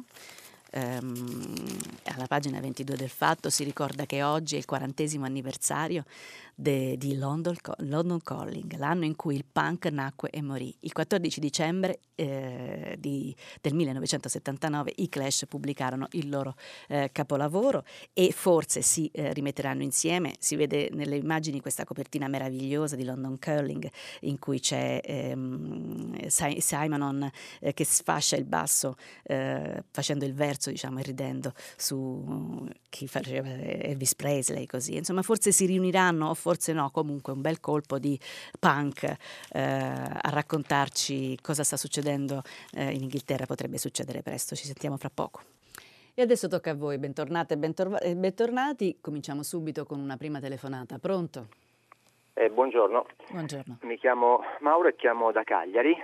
Um, alla pagina ventidue del Fatto si ricorda che oggi è il quarantesimo anniversario de, di London, London Calling, l'anno in cui il punk nacque e morì. Il quattordici dicembre eh, di, del millenovecentosettantanove i Clash pubblicarono il loro eh, capolavoro e forse si eh, rimetteranno insieme. Si vede nelle immagini questa copertina meravigliosa di London Calling in cui c'è ehm, Simonon eh, che sfascia il basso eh, facendo il verso, diciamo, e ridendo su chi faceva Elvis Presley, così. Insomma, forse si riuniranno o forse no, comunque un bel colpo di punk eh, a raccontarci cosa sta succedendo eh, in Inghilterra. Potrebbe succedere presto. Ci sentiamo fra poco. E adesso tocca a voi. Bentornate e bentor- bentornati. Cominciamo subito con una prima telefonata. Pronto? Eh, buongiorno. Buongiorno. Mi chiamo Mauro e chiamo da Cagliari.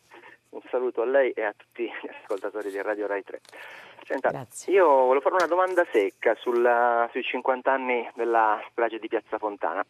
Un saluto a lei e a tutti gli ascoltatori di Radio Rai tre. Senta, Grazie. io volevo fare una domanda secca sulla, sui cinquanta anni della strage di Piazza Fontana.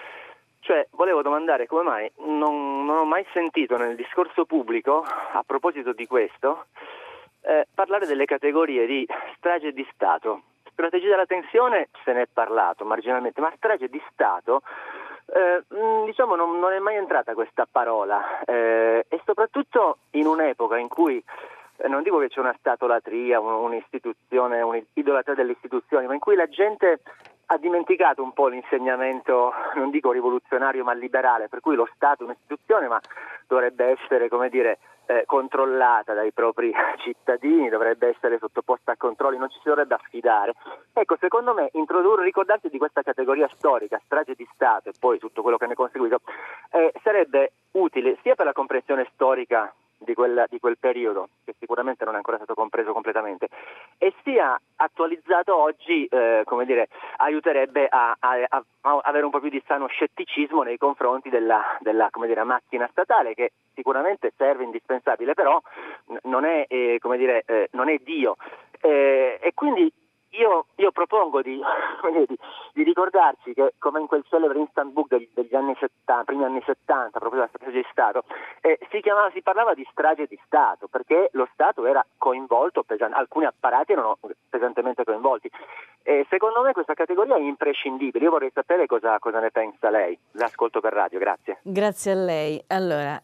Cioè, volevo domandare come mai non, non ho mai sentito nel discorso pubblico, a proposito di questo, eh, parlare delle categorie di strage di Stato. Strategia della tensione se ne è parlato marginalmente, ma strage di Stato, eh, diciamo, non, non è mai entrata questa parola, eh, e soprattutto in un'epoca in cui, eh, non dico che c'è una statolatria, un, un'istituzione, un'idolatria delle istituzioni, ma in cui la gente ha dimenticato un po' l'insegnamento, non dico rivoluzionario ma liberale, per cui lo Stato è un'istituzione ma dovrebbe essere, come dire, eh, controllata dai propri cittadini, dovrebbe essere sottoposta a controlli, non ci si dovrebbe affidare. Ecco, secondo me introdurre, ricordarsi di questa categoria storica, strage di Stato e poi tutto quello che ne è conseguito, eh, sarebbe utile sia per la comprensione storica di quel, di quel periodo, che sicuramente non è ancora stato compreso completamente, e sia attualizzato oggi, eh, come dire, aiuterebbe a, a, a, a avere un po' più di sano scetticismo nei confronti della, della come dire, macchina statale, che sicuramente serve, indispensabile, però n- non è, eh, come dire, eh, non è Dio. Eh, e quindi Io, io propongo di, di, di ricordarci che, come in quel celebre instant book degli, degli anni settanta, primi anni settanta, proprio la strage di Stato, eh, si, chiamava, si parlava di strage di Stato, perché lo Stato era coinvolto, pesan- alcuni apparati erano pesantemente coinvolti. E secondo me questa categoria è imprescindibile. Io vorrei sapere cosa, cosa ne pensa lei. L'ascolto per radio, grazie. Grazie a lei. Allora,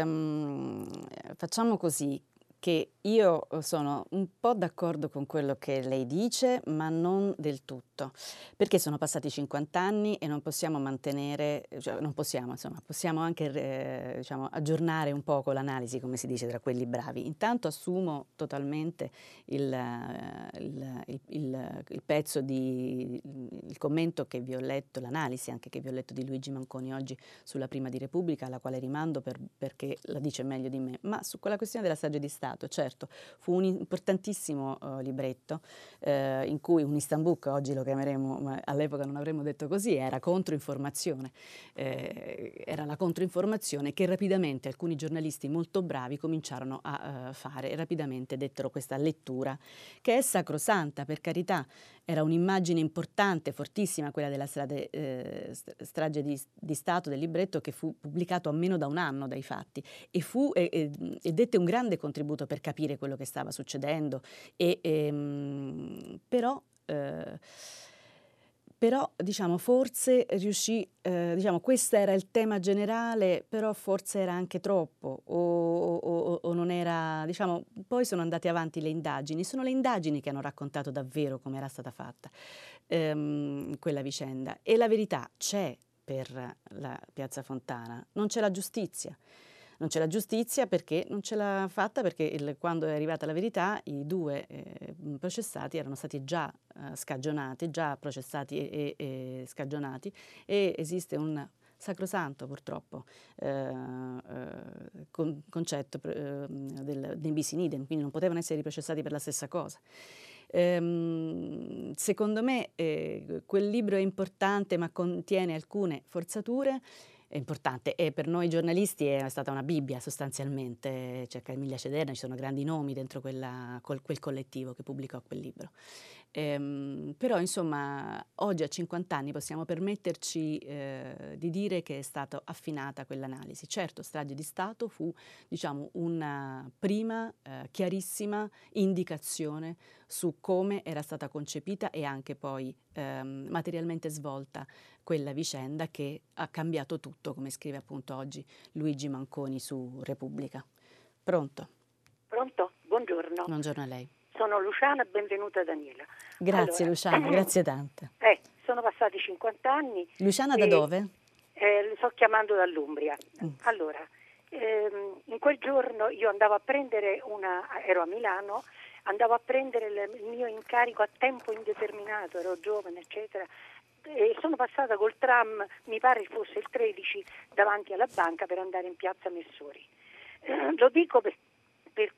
ehm, facciamo così, che io sono un po' d'accordo con quello che lei dice, ma non del tutto, perché sono passati cinquanta anni e non possiamo mantenere, cioè non possiamo, insomma, possiamo anche eh, diciamo, aggiornare un poco l'analisi, come si dice, tra quelli bravi. Intanto assumo totalmente il, il, il, il, il pezzo di, il commento che vi ho letto, l'analisi anche che vi ho letto di Luigi Manconi oggi sulla Prima di Repubblica, alla quale rimando per, perché la dice meglio di me, ma su quella questione della strage di Stato. Certo, fu un importantissimo uh, libretto uh, in cui un instant book, oggi lo chiameremo, ma all'epoca non avremmo detto così, era controinformazione. Eh, era la controinformazione che rapidamente alcuni giornalisti molto bravi cominciarono a uh, fare, e rapidamente dettero questa lettura, che è sacrosanta, per carità. Era un'immagine importante, fortissima, quella della strade, eh, strage di, di Stato del libretto, che fu pubblicato a meno da un anno dai fatti e, fu, e, e, e dette un grande contributo per capire quello che stava succedendo. E, e, però, eh, però diciamo, forse riuscì, eh, diciamo, questo era il tema generale, però forse era anche troppo, o, o, o non era, diciamo, poi sono andate avanti le indagini, sono le indagini che hanno raccontato davvero come era stata fatta ehm, quella vicenda, e la verità c'è per la Piazza Fontana, non c'è la giustizia. Non c'è la giustizia perché non ce l'ha fatta, perché il, quando è arrivata la verità i due eh, processati erano stati già eh, scagionati, già processati e, e, e scagionati, e esiste un sacrosanto, purtroppo, eh, eh, con, concetto eh, del, del bis in idem, quindi non potevano essere riprocessati per la stessa cosa. Ehm, secondo me eh, quel libro è importante, ma contiene alcune forzature. È importante, e per noi giornalisti è stata una Bibbia sostanzialmente. C'è Emilia Cederna, ci sono grandi nomi dentro quella, quel, quel collettivo che pubblicò quel libro. Ehm, però insomma oggi a cinquanta anni possiamo permetterci eh, di dire che è stata affinata quell'analisi. Certo, strage di Stato fu, diciamo, una prima eh, chiarissima indicazione su come era stata concepita e anche poi ehm, materialmente svolta quella vicenda, che ha cambiato tutto, come scrive appunto oggi Luigi Manconi su Repubblica. Pronto? Pronto? Buongiorno. Buongiorno a lei. Sono Luciana, benvenuta Daniela. Grazie allora, Luciana, grazie tante. Eh, sono passati cinquanta anni. Luciana da dove? Eh, le sto chiamando dall'Umbria. Mm. Allora, ehm, in quel giorno io andavo a prendere una, ero a Milano, andavo a prendere il mio incarico a tempo indeterminato, ero giovane, eccetera. E sono passata col tram, mi pare fosse il tredici, davanti alla banca per andare in piazza Messori. Eh, lo dico per, perché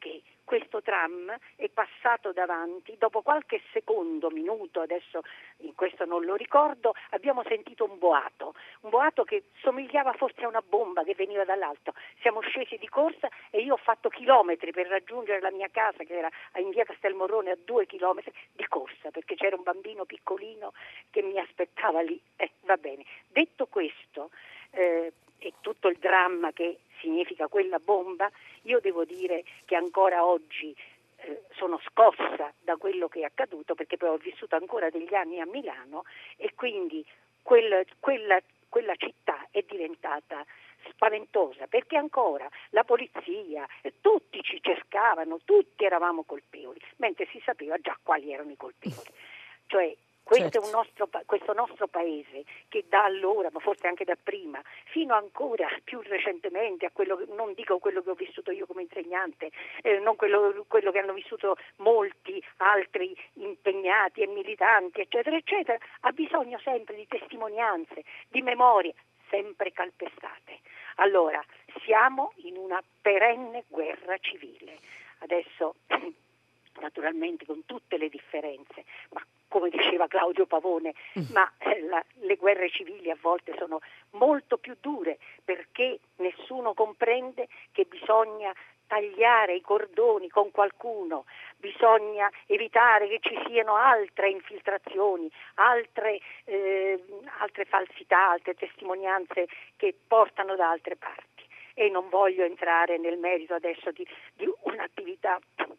questo tram è passato davanti, dopo qualche secondo, minuto, adesso in questo non lo ricordo, abbiamo sentito un boato, un boato che somigliava forse a una bomba che veniva dall'alto. Siamo scesi di corsa e io ho fatto chilometri per raggiungere la mia casa, che era in via Castelmorrone, a due chilometri di corsa, perché c'era un bambino piccolino che mi aspettava lì. Eh, va bene. Detto questo, eh, e tutto il dramma che significa quella bomba, io devo dire che ancora oggi eh, sono scossa da quello che è accaduto, perché poi ho vissuto ancora degli anni a Milano e quindi quel, quella, quella città è diventata spaventosa, perché ancora la polizia, eh, tutti ci cercavano, tutti eravamo colpevoli, mentre si sapeva già quali erano i colpevoli. Cioè, Questo, certo. è un nostro, questo nostro paese che da allora, ma forse anche da prima, fino ancora più recentemente, a quello che, non dico quello che ho vissuto io come insegnante, eh, non quello, quello che hanno vissuto molti altri impegnati e militanti, eccetera, eccetera, ha bisogno sempre di testimonianze, di memorie, sempre calpestate. Allora, siamo in una perenne guerra civile. Adesso, naturalmente, con tutte le differenze, ma come diceva Claudio Pavone, ma eh, la, le guerre civili a volte sono molto più dure, perché nessuno comprende che bisogna tagliare i cordoni con qualcuno, bisogna evitare che ci siano altre infiltrazioni, altre, eh, altre falsità, altre testimonianze che portano da altre parti. E non voglio entrare nel merito adesso di, di un'attività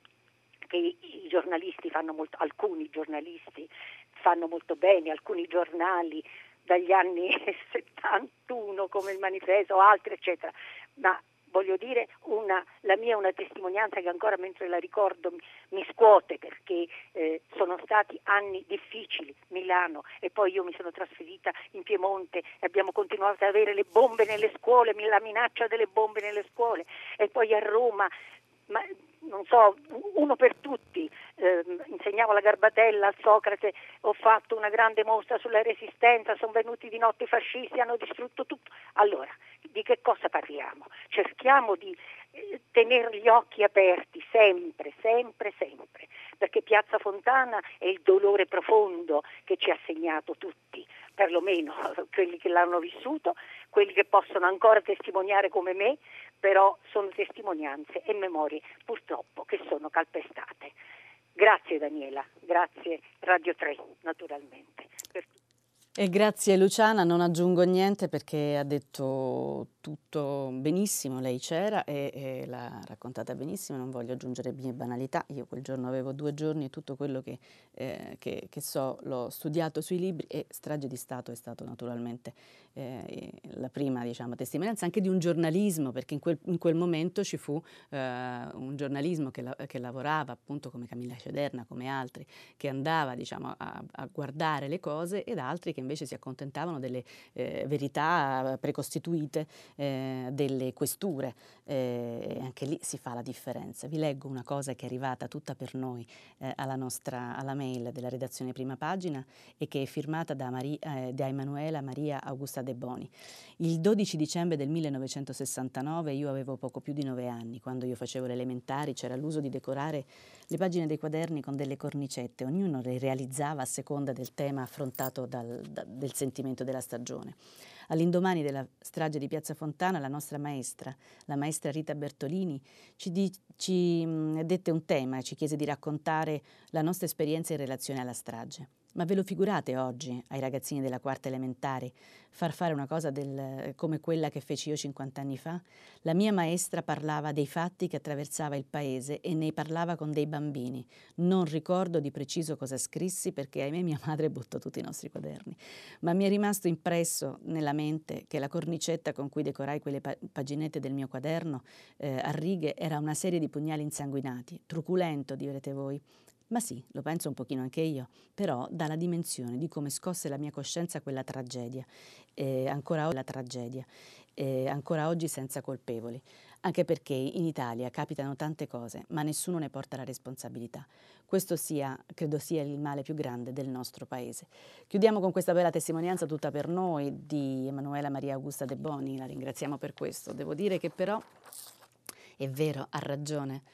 che i giornalisti fanno molto, alcuni giornalisti fanno molto bene, alcuni giornali dagli anni settantuno come il Manifesto, altri eccetera, ma voglio dire, una, la mia è una testimonianza che ancora mentre la ricordo mi, mi scuote, perché eh, sono stati anni difficili, Milano, e poi io mi sono trasferita in Piemonte e abbiamo continuato ad avere le bombe nelle scuole, la minaccia delle bombe nelle scuole, e poi a Roma, ma non so, uno per tutti, eh, insegnavo la Garbatella al Socrate, ho fatto una grande mostra sulla resistenza, sono venuti di notte i fascisti, hanno distrutto tutto. Allora, di che cosa parliamo? Cerchiamo di eh, tenere gli occhi aperti sempre, sempre, sempre, perché Piazza Fontana è il dolore profondo che ci ha segnato tutti, perlomeno quelli che l'hanno vissuto, quelli che possono ancora testimoniare come me, però sono testimonianze e memorie purtroppo che sono calpestate. Grazie Daniela, grazie Radio tre naturalmente. Per... E grazie Luciana, non aggiungo niente perché ha detto tutto benissimo, lei c'era e, e l'ha raccontata benissimo, non voglio aggiungere mie banalità, io quel giorno avevo due giorni e tutto quello che, eh, che, che so l'ho studiato sui libri, e Strage di Stato è stato naturalmente eh, la prima, diciamo, testimonianza anche di un giornalismo, perché in quel, in quel momento ci fu eh, un giornalismo che, la, che lavorava appunto come Camilla Cederna, come altri, che andava, diciamo, a, a guardare le cose, ed altri che invece si accontentavano delle eh, verità precostituite eh, delle questure, eh, e anche lì si fa la differenza. Vi leggo una cosa che è arrivata tutta per noi eh, alla nostra alla mail della redazione Prima Pagina e che è firmata da, Maria, eh, da Emanuela Maria Augusta De Boni. Il dodici dicembre del millenovecentosessantanove io avevo poco più di nove anni. Quando io facevo le elementari c'era l'uso di decorare le pagine dei quaderni con delle cornicette, ognuno le realizzava a seconda del tema affrontato dal, da, del sentimento della stagione. All'indomani della strage di Piazza Fontana, la nostra maestra, la maestra Rita Bertolini, ci, di, ci mh, dette un tema e ci chiese di raccontare la nostra esperienza in relazione alla strage. Ma ve lo figurate oggi, ai ragazzini della quarta elementare, far fare una cosa del, come quella che feci io cinquanta anni fa? La mia maestra parlava dei fatti che attraversava il paese e ne parlava con dei bambini. Non ricordo di preciso cosa scrissi perché, ahimè, mia madre buttò tutti i nostri quaderni. Ma mi è rimasto impresso nella mente che la cornicetta con cui decorai quelle pa- paginette del mio quaderno eh, a righe era una serie di pugnali insanguinati. Truculento, direte voi. Ma sì, lo penso un pochino anche io, però dà la dimensione di come scosse la mia coscienza quella tragedia, eh, ancora oggi la tragedia, eh, ancora oggi senza colpevoli, anche perché in Italia capitano tante cose, ma nessuno ne porta la responsabilità. Questo sia, credo sia il male più grande del nostro paese. Chiudiamo con questa bella testimonianza tutta per noi di Emanuela Maria Augusta De Boni, la ringraziamo per questo. Devo dire che però, è vero, ha ragione,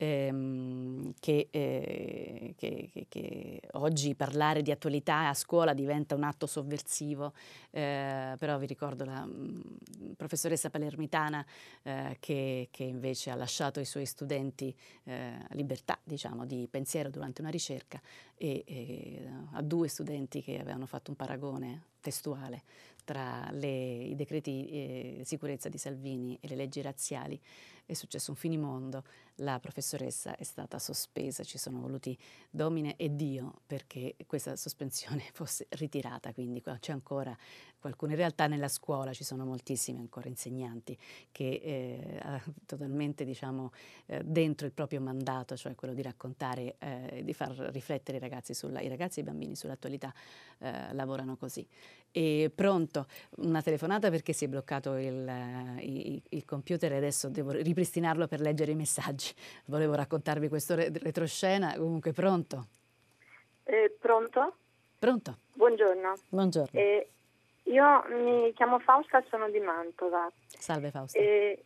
ehm, che, eh, che, che, che oggi parlare di attualità a scuola diventa un atto sovversivo, eh, però vi ricordo la mh, professoressa palermitana eh, che, che invece ha lasciato ai suoi studenti eh, libertà, diciamo, di pensiero durante una ricerca, e, e a due studenti che avevano fatto un paragone testuale tra le, i decreti eh, sicurezza di Salvini e le leggi razziali. È successo un finimondo, la professoressa è stata sospesa, ci sono voluti Domine e Dio perché questa sospensione fosse ritirata, quindi c'è ancora qualcuno, in realtà nella scuola ci sono moltissimi ancora insegnanti che eh, totalmente, diciamo, eh, dentro il proprio mandato, cioè quello di raccontare, eh, di far riflettere i ragazzi, sulla, i ragazzi e i bambini sull'attualità, eh, lavorano così. E pronto, una telefonata perché si è bloccato il, il, il computer e adesso devo ripristinarlo per leggere i messaggi. Volevo raccontarvi questo re- retroscena, comunque pronto? Eh, pronto? Pronto? Buongiorno. Buongiorno. Eh, io mi chiamo Fausta, sono di Mantova. Salve Fausta. Eh,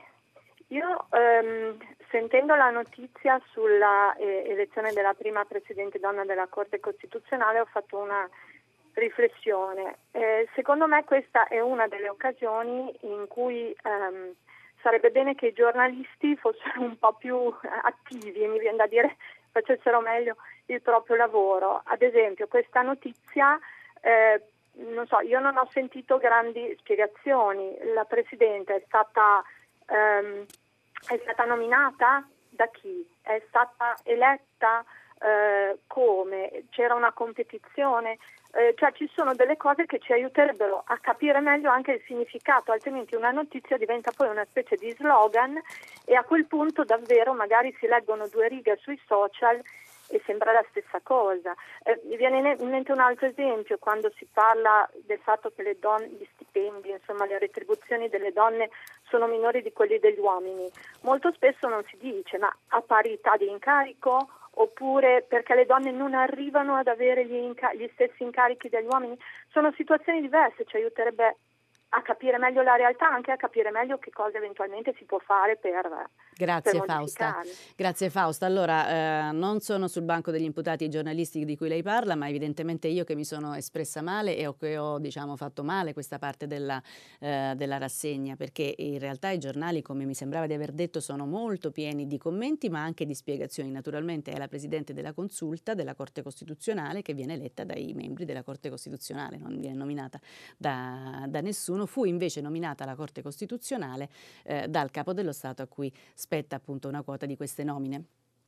io ehm, sentendo la notizia sulla eh, elezione della prima Presidente donna della Corte Costituzionale ho fatto una riflessione. Eh, secondo me questa è una delle occasioni in cui ehm, sarebbe bene che i giornalisti fossero un po' più attivi, mi viene da dire facessero meglio il proprio lavoro. Ad esempio questa notizia, eh, non so, io non ho sentito grandi spiegazioni. La Presidente è stata, ehm, è stata nominata da chi? È stata eletta? Eh, come? C'era una competizione? Eh, cioè ci sono delle cose che ci aiuterebbero a capire meglio anche il significato, altrimenti una notizia diventa poi una specie di slogan e a quel punto davvero magari si leggono due righe sui social e sembra la stessa cosa. Eh, mi viene in mente un altro esempio, quando si parla del fatto che le donne, gli stipendi, insomma le retribuzioni delle donne sono minori di quelli degli uomini. Molto spesso non si dice ma a parità di incarico, oppure perché le donne non arrivano ad avere gli, inca- gli stessi incarichi degli uomini. Sono situazioni diverse, ci aiuterebbe a capire meglio la realtà, anche a capire meglio che cosa eventualmente si può fare per, Grazie per Fausta. modificarli. Grazie Fausta. Allora, eh, non sono sul banco degli imputati giornalisti di cui lei parla, ma evidentemente io che mi sono espressa male e ho, che ho diciamo, fatto male questa parte della, eh, della rassegna, perché in realtà i giornali, come mi sembrava di aver detto, sono molto pieni di commenti ma anche di spiegazioni. Naturalmente è la Presidente della Consulta della Corte Costituzionale che viene eletta dai membri della Corte Costituzionale, non viene nominata da, da nessuno. Fu invece nominata alla Corte Costituzionale eh, dal Capo dello Stato a cui spetta appunto una quota di queste nomine.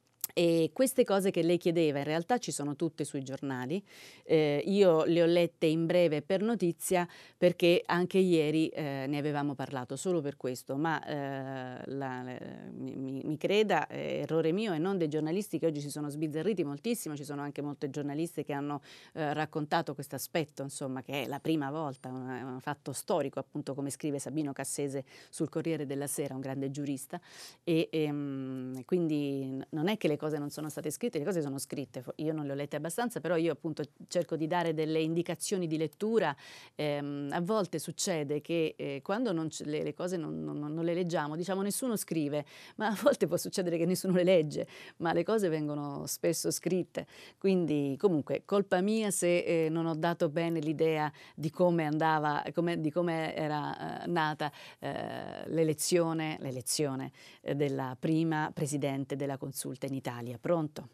E queste cose che lei chiedeva in realtà ci sono tutte sui giornali, eh, io le ho lette in breve per notizia perché anche ieri eh, ne avevamo parlato, solo per questo, ma eh, la, la, mi, mi creda, è errore mio e non dei giornalisti che oggi si sono sbizzarriti moltissimo. Ci sono anche molte giornaliste che hanno eh, raccontato questo aspetto, insomma, che è la prima volta, un, un fatto storico, appunto, come scrive Sabino Cassese sul Corriere della Sera, un grande giurista, e, e quindi non è che le cose non sono state scritte, le cose sono scritte, io non le ho lette abbastanza, però io appunto cerco di dare delle indicazioni di lettura. Ehm, a volte succede che eh, quando non c- le, le cose non, non, non le leggiamo, diciamo nessuno scrive, ma a volte può succedere che nessuno le legge, ma le cose vengono spesso scritte, quindi comunque colpa mia se eh, non ho dato bene l'idea di come andava, come, di come era eh, nata eh, l'elezione, l'elezione eh, della prima Presidente della Consulta in Italia. Pronto?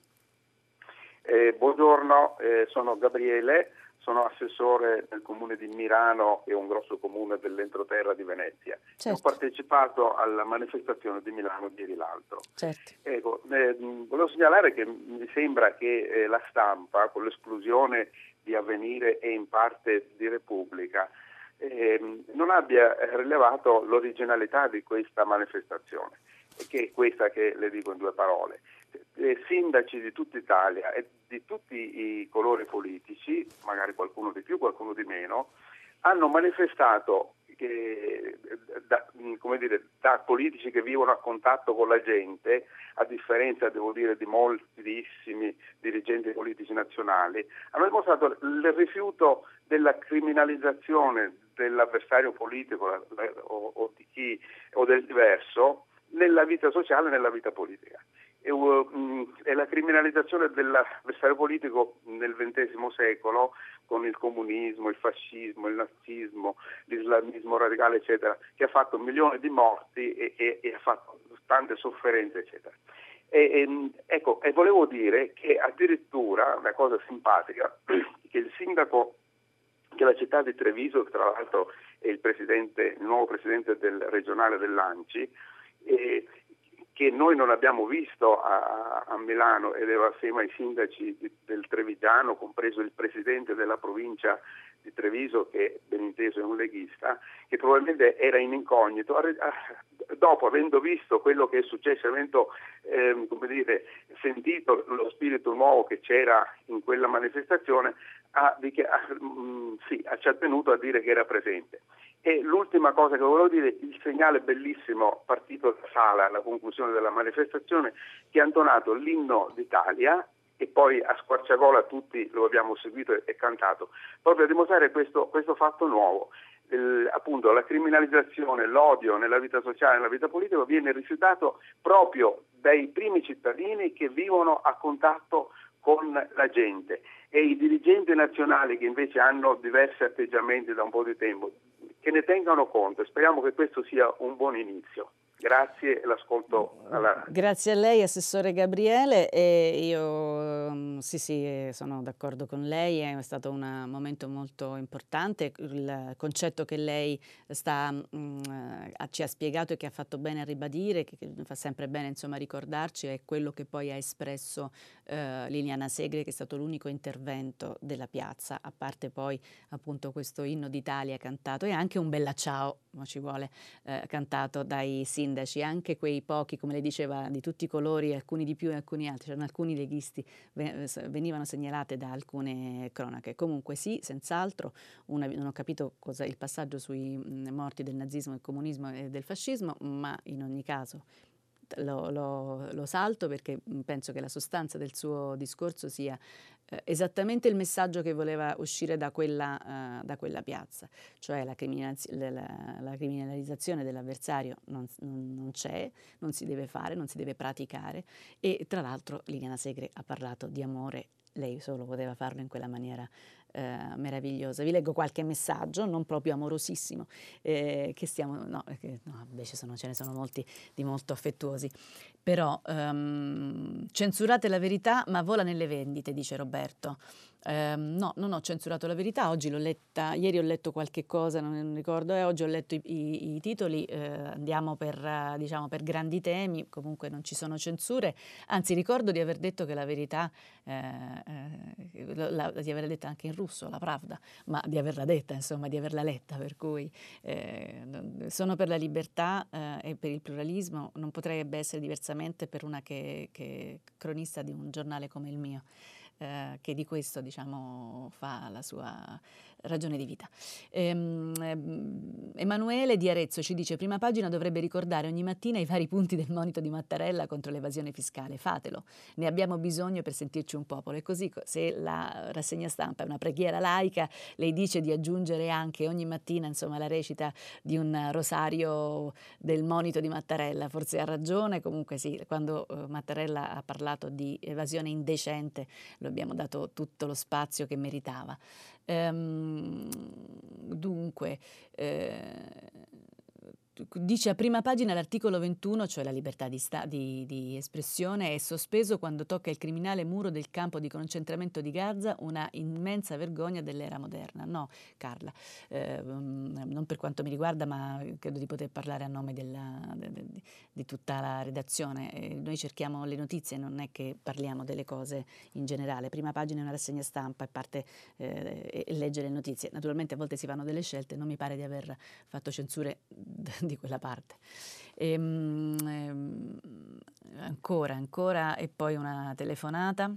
Eh, buongiorno, eh, sono Gabriele, sono assessore del comune di Mirano, che è un grosso comune dell'entroterra di Venezia. Certo. Ho partecipato alla manifestazione di Milano ieri l'altro. Certo. Ecco, eh, volevo segnalare che mi sembra che eh, la stampa, con l'esclusione di Avvenire e in parte di Repubblica, eh, non abbia rilevato l'originalità di questa manifestazione, che è questa che le dico in due parole. Eh, sindaci di tutta Italia e di tutti i colori politici, magari qualcuno di più, qualcuno di meno, hanno manifestato che, da, come dire, da politici che vivono a contatto con la gente, a differenza, devo dire, di moltissimi dirigenti politici nazionali, hanno dimostrato il rifiuto della criminalizzazione dell'avversario politico o, o di chi o del diverso nella vita sociale e nella vita politica. è, uh, è la criminalizzazione dell'avversario politico nel ventesimo secolo, con il comunismo, il fascismo, il nazismo, l'islamismo radicale, eccetera, che ha fatto milioni di morti e, e, e ha fatto tante sofferenze, eccetera. E, e, ecco, e volevo dire che addirittura, una cosa simpatica, che il sindaco della città di Treviso, che tra l'altro è il, presidente, il nuovo presidente del regionale dell'Anci, eh, che noi non abbiamo visto a, a Milano, ed era assieme ai sindaci di, del Trevigiano, compreso il presidente della provincia di Treviso, che ben inteso è un leghista, che probabilmente era in incognito, dopo avendo visto quello che è successo, avendo eh, come dire, sentito lo spirito nuovo che c'era in quella manifestazione, ha, ha, mh, sì, ci ha tenuto a dire che era presente. E l'ultima cosa che volevo dire, il segnale bellissimo partito da Sala alla conclusione della manifestazione, che ha intonato l'inno d'Italia e poi a squarciagola tutti lo abbiamo seguito e, e cantato, proprio a dimostrare questo, questo fatto nuovo. Il, appunto la criminalizzazione, l'odio nella vita sociale, nella vita politica viene rifiutato proprio dai primi cittadini che vivono a contatto con la gente, e i dirigenti nazionali che invece hanno diversi atteggiamenti da un po' di tempo, che ne tengano conto. Speriamo che questo sia un buon inizio. Grazie e l'ascolto alla... Grazie a lei, Assessore Gabriele, e io sì sì sono d'accordo con lei, è stato un momento molto importante. Il concetto che lei sta, mh, ci ha spiegato e che ha fatto bene a ribadire, che, che fa sempre bene insomma ricordarci, è quello che poi ha espresso eh, Liliana Segre, che è stato l'unico intervento della piazza, a parte poi appunto questo inno d'Italia cantato e anche un bella ciao, ma ci vuole, eh, cantato dai sindaci, anche quei pochi, come le diceva, di tutti i colori, alcuni di più e alcuni altri, c'erano alcuni leghisti, venivano segnalate da alcune cronache. Comunque sì, senz'altro, una, non ho capito cosa il passaggio sui morti del nazismo, del comunismo e del fascismo, ma in ogni caso Lo, lo, lo salto, perché penso che la sostanza del suo discorso sia eh, esattamente il messaggio che voleva uscire da quella, uh, da quella piazza, cioè la, criminalizz- la, la criminalizzazione dell'avversario non, non, non c'è, non si deve fare, non si deve praticare, e tra l'altro Liliana Segre ha parlato di amore, lei solo poteva farlo in quella maniera eh, meravigliosa. Vi leggo qualche messaggio, non proprio amorosissimo, eh, che stiamo, no, che, no, invece sono, ce ne sono molti di molto affettuosi. Però um, censurate la verità, ma vola nelle vendite, dice Roberto. Um, no, non ho censurato la verità, oggi l'ho letta, ieri ho letto qualche cosa, non, non ricordo, e oggi ho letto i, i, i titoli, eh, andiamo per, uh, diciamo, per grandi temi, comunque non ci sono censure, anzi ricordo di aver detto che la verità, eh, eh, la, la, di averla detta anche in russo, la Pravda, ma di averla detta, insomma, di averla letta, per cui eh, sono per la libertà eh, e per il pluralismo, non potrebbe essere diversamente per una che, che cronista di un giornale come il mio. Eh, che di questo, diciamo, fa la sua ragione di vita. Ehm, ehm, Emanuele di Arezzo ci dice: prima pagina dovrebbe ricordare ogni mattina i vari punti del monito di Mattarella contro l'evasione fiscale. Fatelo, ne abbiamo bisogno per sentirci un popolo. E così, se la rassegna stampa è una preghiera laica, lei dice di aggiungere anche ogni mattina, insomma, la recita di un rosario del monito di Mattarella. Forse ha ragione, comunque sì, quando uh, Mattarella ha parlato di evasione indecente lo abbiamo dato tutto lo spazio che meritava. Ehm, dunque, eh, dice a prima pagina l'articolo ventuno, cioè la libertà di, sta- di, di espressione, è sospeso quando tocca il criminale muro del campo di concentramento di Gaza, una immensa vergogna dell'era moderna. No, Carla, eh, non per quanto mi riguarda, ma credo di poter parlare a nome della, de, de, di tutta la redazione. Eh, noi cerchiamo le notizie, non è che parliamo delle cose in generale. Prima pagina è una rassegna stampa e parte eh, e legge le notizie. Naturalmente a volte si fanno delle scelte, non mi pare di aver fatto censure di quella parte. Ehm, ehm, ancora, ancora, e poi una telefonata.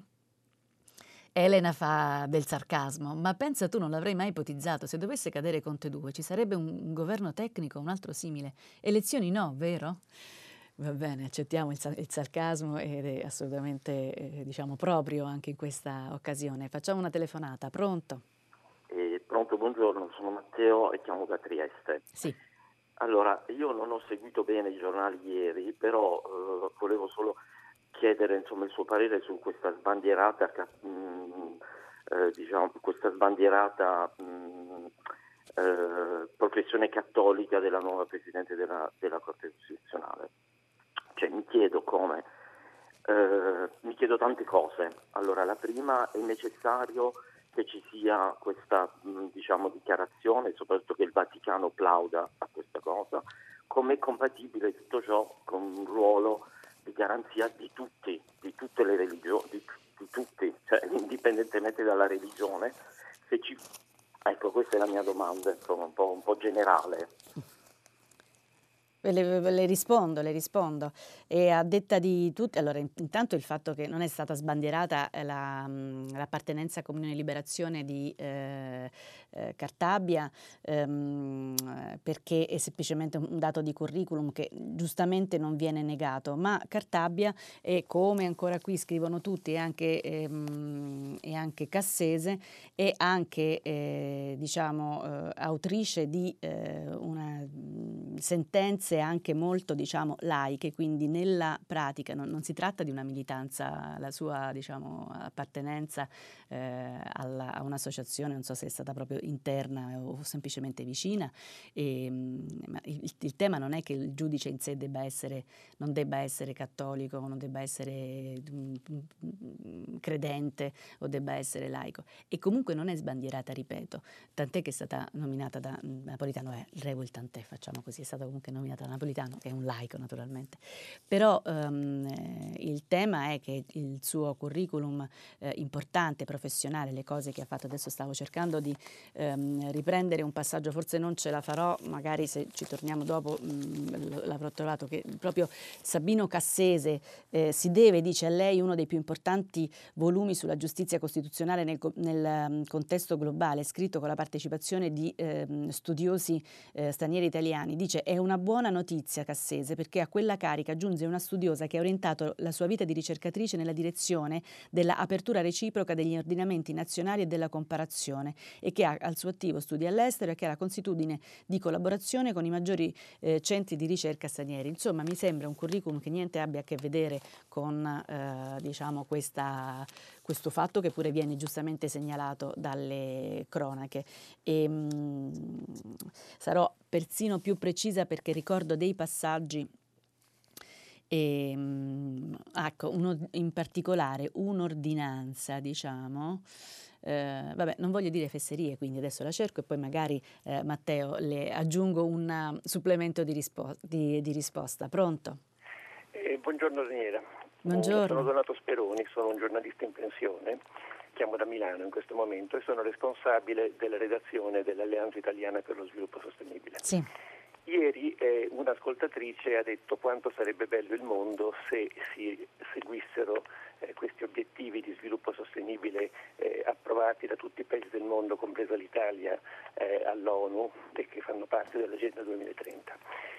Elena fa del sarcasmo, ma pensa tu, non l'avrei mai ipotizzato, se dovesse cadere Conte due ci sarebbe un, un governo tecnico, un altro simile. Elezioni no, vero? Va bene, accettiamo il, il sarcasmo ed è assolutamente, eh, diciamo, proprio anche in questa occasione. Facciamo una telefonata, pronto? Eh, pronto, buongiorno, sono Matteo e chiamo da Trieste. Sì. Allora, io non ho seguito bene i giornali ieri, però eh, volevo solo chiedere insomma il suo parere su questa sbandierata, mh, eh, diciamo, questa sbandierata mh, eh, professione cattolica della nuova Presidente della, della Corte Costituzionale. Cioè, mi chiedo come, eh, mi chiedo tante cose. Allora, la prima, è necessario che ci sia questa mh, diciamo dichiarazione, soprattutto che il Vaticano plauda a questa cosa. Com'è compatibile tutto ciò con un ruolo di garanzia di tutti, di tutte le religioni, di, di tutti, cioè indipendentemente dalla religione? Se ci... Ecco, questa è la mia domanda, insomma, un po', un po' generale. Le, le rispondo, le rispondo. E a detta di tutti, allora intanto il fatto che non è stata sbandierata la, l'appartenenza a Comunione e Liberazione di eh, eh, Cartabia ehm, perché è semplicemente un dato di curriculum che giustamente non viene negato, ma Cartabia è, come ancora qui scrivono tutti, e anche, ehm, e anche Cassese, è anche eh, diciamo eh, autrice di eh, una sentenze anche molto diciamo laiche, quindi nella pratica non, non si tratta di una militanza, la sua diciamo appartenenza eh, alla, a un'associazione, non so se è stata proprio interna o semplicemente vicina, e, ma il, il tema non è che il giudice in sé debba essere, non debba essere cattolico, non debba essere um, credente o debba essere laico, e comunque non è sbandierata, ripeto, tant'è che è stata nominata da Napolitano, è il Revol tant'è, facciamo così, è stata comunque nominata da Napolitano, che è un laico naturalmente, però um, eh, il tema è che il suo curriculum eh, importante, professionale, le cose che ha fatto, adesso stavo cercando di um, riprendere un passaggio, forse non ce la farò, magari se ci torniamo dopo um, l'avrò trovato, che proprio Sabino Cassese eh, si deve, dice a lei, uno dei più importanti volumi sulla giustizia costituzionale nel, nel um, contesto globale, scritto con la partecipazione di eh, studiosi eh, stranieri italiani. Dice: è una buona notizia, Cassese, perché a quella carica giunge una studiosa che ha orientato la sua vita di ricercatrice nella direzione della apertura reciproca degli ordinamenti nazionali e della comparazione, e che ha al suo attivo studi all'estero e che ha la consuetudine di collaborazione con i maggiori eh, centri di ricerca stranieri. Insomma, mi sembra un curriculum che niente abbia a che vedere con eh, diciamo questa, questo fatto, che pure viene giustamente segnalato dalle cronache. E, mh, sarò persino più precisa perché ricordo dei passaggi, e, mh, ecco, uno, in particolare un'ordinanza, diciamo, eh, vabbè, non voglio dire fesserie, quindi adesso la cerco e poi magari eh, Matteo le aggiungo un supplemento di, rispo- di, di risposta. Pronto? Eh, buongiorno Daniela. Buongiorno. Sono Donato Speroni, sono un giornalista in pensione, chiamo da Milano in questo momento e sono responsabile della redazione dell'Alleanza Italiana per lo Sviluppo Sostenibile. Sì. Ieri eh, un'ascoltatrice ha detto quanto sarebbe bello il mondo se si seguissero eh, questi obiettivi di sviluppo sostenibile eh, approvati da tutti i paesi del mondo, compresa l'Italia, eh, all'ONU, e che fanno parte dell'Agenda duemilatrenta.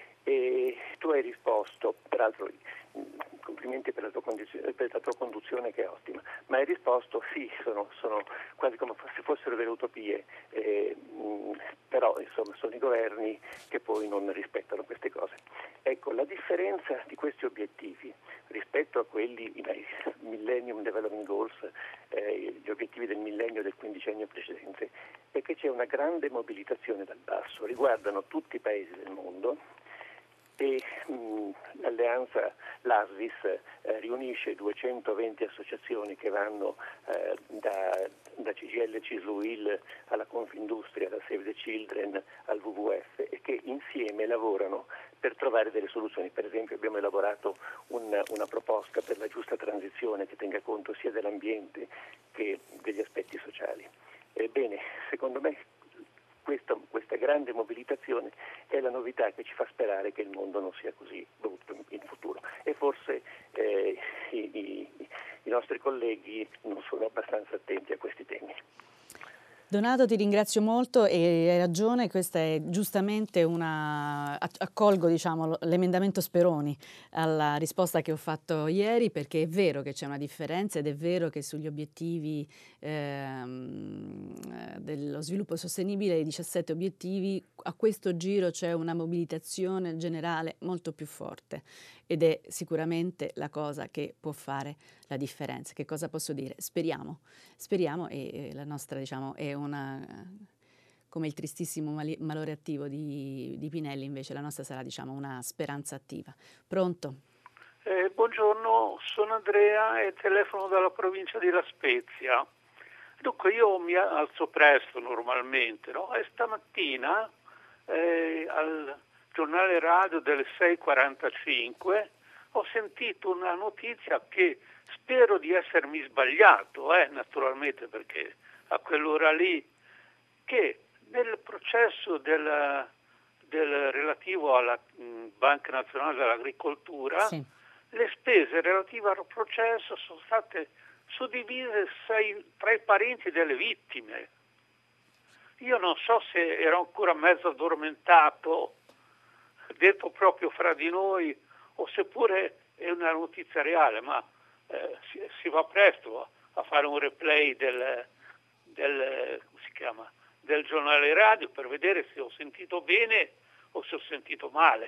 E tu hai risposto, peraltro complimenti per la tua, condizione, per la tua conduzione, che è ottima, ma hai risposto sì, sono, sono quasi come se fossero delle utopie, eh, mh, però insomma sono i governi che poi non rispettano queste cose. Ecco, la differenza di questi obiettivi rispetto a quelli, i Millennium Development Goals, eh, gli obiettivi del millennio del quindicennio precedente, è che c'è una grande mobilitazione dal basso, riguardano tutti i paesi del mondo. E mh, l'alleanza, l'A S V I S, eh, riunisce duecentoventi associazioni che vanno eh, da, da C G I L, C I S L, U I L alla Confindustria, da Save the Children al W W F, e che insieme lavorano per trovare delle soluzioni. Per esempio abbiamo elaborato una, una proposta per la giusta transizione che tenga conto sia dell'ambiente che degli aspetti sociali. Ebbene, secondo me Questa, questa grande mobilitazione è la novità che ci fa sperare che il mondo non sia così brutto in, in futuro, e forse eh, i, i, i nostri colleghi non sono abbastanza attenti a questi temi. Donato, ti ringrazio molto e hai ragione, questa è giustamente una... accolgo diciamo, l'emendamento Speroni alla risposta che ho fatto ieri, perché è vero che c'è una differenza ed è vero che sugli obiettivi ehm, dello sviluppo sostenibile, i diciassette obiettivi, a questo giro c'è una mobilitazione generale molto più forte, ed è sicuramente la cosa che può fare la differenza. Che cosa posso dire? Speriamo, speriamo e, e la nostra, diciamo, è una, come il tristissimo mali, malore attivo di, di Pinelli, invece la nostra sarà, diciamo, una speranza attiva. Pronto? Eh, buongiorno, sono Andrea e telefono dalla provincia di La Spezia. Dunque io mi alzo presto normalmente, no? E stamattina eh, al giornale radio delle sei e quarantacinque ho sentito una notizia che spero di essermi sbagliato, eh, naturalmente, perché a quell'ora lì, che nel processo del, del relativo alla mh, Banca Nazionale dell'Agricoltura, sì, le spese relative al processo sono state suddivise sei, tra i parenti delle vittime. Io non so se ero ancora mezzo addormentato, detto proprio fra di noi, o seppure è una notizia reale, ma eh, si, si va presto a fare un replay del, del, come si chiama, del giornale radio per vedere se ho sentito bene o se ho sentito male.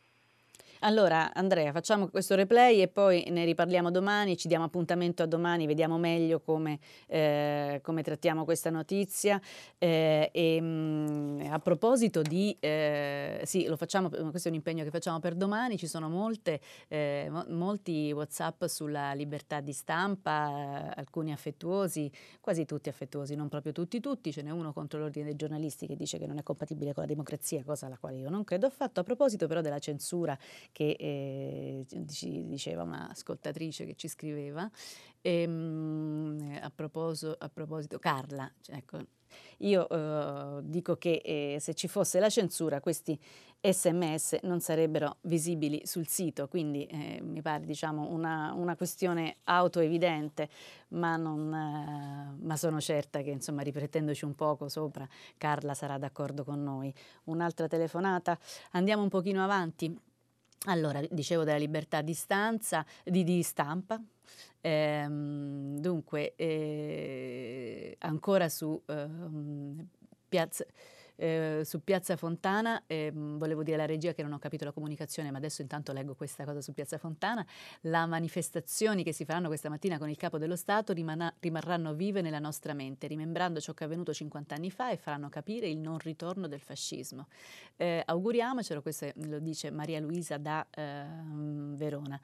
Allora Andrea, facciamo questo replay e poi ne riparliamo domani, ci diamo appuntamento a domani, vediamo meglio come, eh, come trattiamo questa notizia. Eh, e, mh, a proposito di, eh, sì, lo facciamo, questo è un impegno che facciamo per domani, ci sono molte, eh, mo- molti WhatsApp sulla libertà di stampa, eh, alcuni affettuosi, quasi tutti affettuosi, non proprio tutti tutti, ce n'è uno contro l'ordine dei giornalisti che dice che non è compatibile con la democrazia, cosa alla quale io non credo affatto. A proposito però della censura che eh, ci diceva una ascoltatrice che ci scriveva, e, mh, a, proposito, a proposito, Carla, ecco, io eh, dico che eh, se ci fosse la censura questi sms non sarebbero visibili sul sito, quindi eh, mi pare, diciamo, una, una questione autoevidente, ma, non, eh, ma sono certa che, insomma, riflettendoci un poco sopra, Carla sarà d'accordo con noi. Un'altra telefonata, andiamo un pochino avanti. Allora, dicevo della libertà di, stanza, di, di stampa, ehm, dunque eh, ancora su, ehm, piazza, eh, su Piazza Fontana, ehm, volevo dire alla regia che non ho capito la comunicazione, ma adesso intanto leggo questa cosa su Piazza Fontana. Le manifestazioni che si faranno questa mattina con il Capo dello Stato rimana, rimarranno vive nella nostra mente, rimembrando ciò che è avvenuto cinquanta anni fa e faranno capire il non ritorno del fascismo. Eh, auguriamocelo, questo lo dice Maria Luisa da eh, Verona.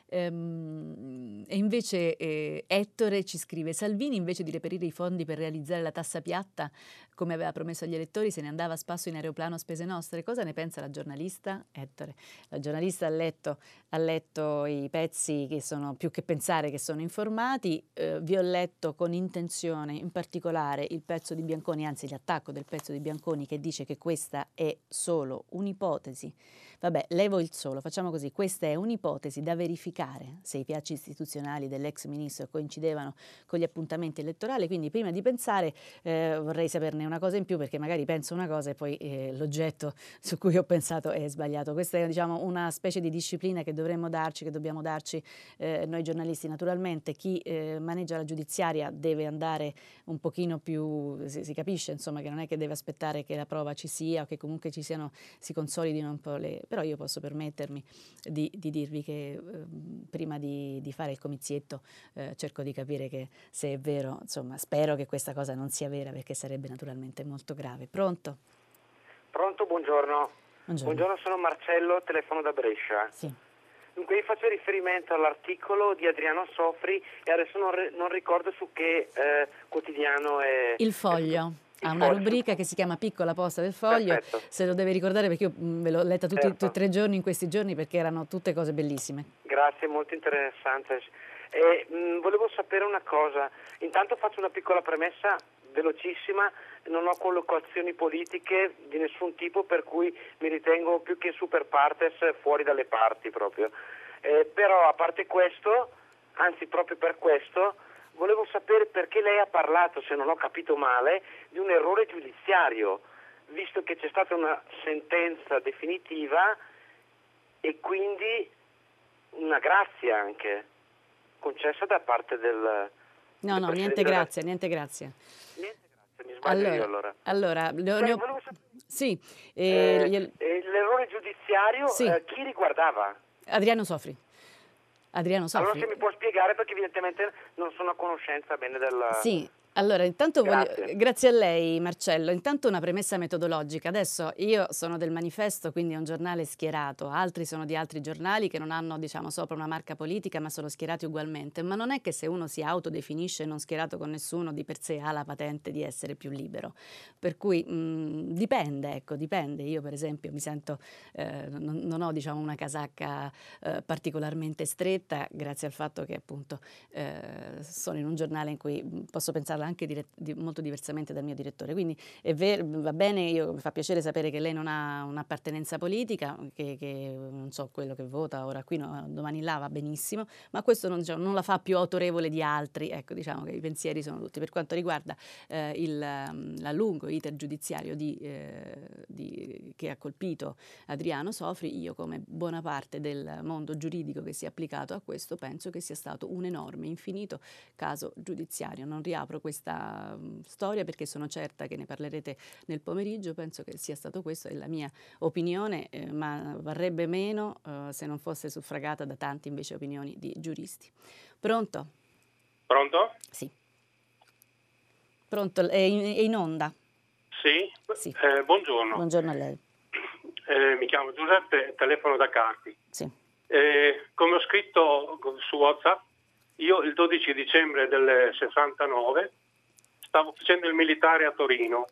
Ehm, e invece eh, Ettore ci scrive: Salvini, invece di reperire i fondi per realizzare la tassa piatta come aveva promesso agli elettori, se ne andava a spasso in aeroplano a spese nostre. Cosa ne pensa la giornalista? Ettore, la giornalista ha letto, ha letto i pezzi che sono più che pensare che sono informati. Eh, vi ho letto con intenzione in particolare il pezzo di Bianconi, anzi l'attacco del pezzo di Bianconi, che dice che questa è solo un'ipotesi. Vabbè, levo il solo, facciamo così: questa è un'ipotesi da verificare se i piacci istituzionali dell'ex ministro coincidevano con gli appuntamenti elettorali, quindi prima di pensare eh, vorrei saperne una cosa in più, perché magari penso una cosa e poi eh, l'oggetto su cui ho pensato è sbagliato. Questa è, diciamo, una specie di disciplina che dovremmo darci, che dobbiamo darci eh, noi giornalisti. Naturalmente chi eh, maneggia la giudiziaria deve andare un pochino più, si, si capisce, insomma, che non è che deve aspettare che la prova ci sia o che comunque ci siano, si consolidino un po' le... Però io posso permettermi di, di dirvi che eh, prima di, di fare il comizietto eh, cerco di capire che se è vero, insomma, spero che questa cosa non sia vera, perché sarebbe naturalmente molto grave. Pronto? Pronto, buongiorno. Buongiorno, buongiorno, sono Marcello, telefono da Brescia. Sì. Dunque, io faccio riferimento all'articolo di Adriano Sofri e adesso non, non ricordo su che eh, quotidiano è. Il Foglio. Ha una rubrica che si chiama Piccola Posta del Foglio. Perfetto. Se lo deve ricordare, perché io mh, ve l'ho letta tutti, certo. tutti e tre giorni in questi giorni, perché erano tutte cose bellissime. Grazie, molto interessante. E, mh, volevo sapere una cosa. Intanto faccio una piccola premessa velocissima: non ho collocazioni politiche di nessun tipo, per cui mi ritengo più che super partes fuori dalle parti proprio. Eh, però a parte questo, anzi proprio per questo, volevo sapere perché lei ha parlato, se non ho capito male, di un errore giudiziario, visto che c'è stata una sentenza definitiva e quindi una grazia anche concessa da parte del... No, no, niente grazie, niente grazie. Niente grazie, mi sbaglio allora, io allora. Allora, le, cioè, le ho... volevo sapere... Sì. Eh, eh, gli... L'errore giudiziario, sì. eh, chi riguardava? Adriano Sofri. Adriano Sofri. Allora se mi può spiegare, perché evidentemente non sono a conoscenza bene del... Sì. Allora, intanto Grazie. voglio, grazie a lei Marcello, intanto una premessa metodologica. Adesso io sono del Manifesto, quindi è un giornale schierato, altri sono di altri giornali che non hanno, diciamo, sopra una marca politica, ma sono schierati ugualmente. Ma non è che se uno si autodefinisce non schierato con nessuno, di per sé ha la patente di essere più libero. Per cui mh, dipende, ecco, dipende. Io per esempio mi sento, eh, non, non ho, diciamo, una casacca eh, particolarmente stretta, grazie al fatto che appunto eh, sono in un giornale in cui posso pensarla anche dire, di, molto diversamente dal mio direttore, quindi è ver, va bene, io, mi fa piacere sapere che lei non ha un'appartenenza politica, che, che non so quello che vota ora qui, no, domani là, va benissimo, ma questo non, diciamo, non la fa più autorevole di altri, ecco, diciamo che i pensieri sono tutti. Per quanto riguarda eh, il la lungo iter giudiziario di, eh, di, che ha colpito Adriano Sofri, io come buona parte del mondo giuridico che si è applicato a questo penso che sia stato un enorme, infinito caso giudiziario. Non riapro questa um, storia perché sono certa che ne parlerete nel pomeriggio, penso che sia stato questo, è la mia opinione, eh, ma varrebbe meno uh, se non fosse suffragata da tante invece opinioni di giuristi. Pronto? Pronto? Sì. Pronto, è in, è in onda? Sì, sì. Eh, buongiorno. Buongiorno a lei. Eh, mi chiamo Giuseppe, telefono da Carpi. Sì. Eh, come ho scritto su WhatsApp, io il dodici dicembre del sessantanove stavo facendo il militare a Torino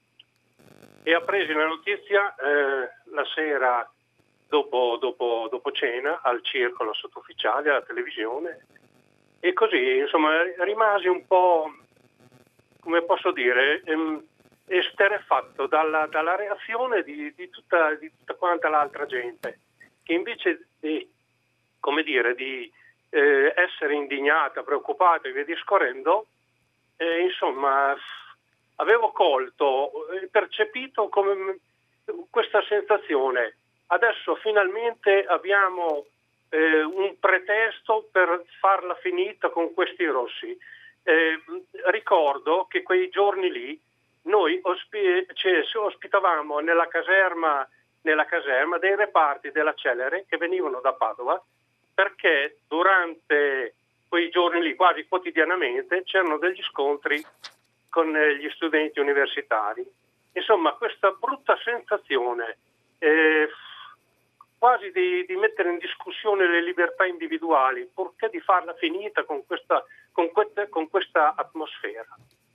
e appresi la notizia eh, la sera dopo, dopo, dopo cena al circolo sottufficiale, alla televisione, e così insomma rimasi un po', come posso dire, ehm, esterrefatto dalla, dalla reazione di, di, tutta, di tutta quanta l'altra gente, che invece di, come dire, di eh, essere indignata, preoccupata e via discorrendo, eh, insomma, avevo colto, eh, percepito come questa sensazione. Adesso finalmente abbiamo eh, un pretesto per farla finita con questi rossi. Eh, ricordo che quei giorni lì noi ospi- cioè, ospitavamo nella caserma, nella caserma dei reparti della Celere che venivano da Padova, perché durante quei giorni lì, quasi quotidianamente, c'erano degli scontri con gli studenti universitari. Insomma, questa brutta sensazione eh, quasi di, di mettere in discussione le libertà individuali, purché di farla finita con questa, con questa, con questa atmosfera.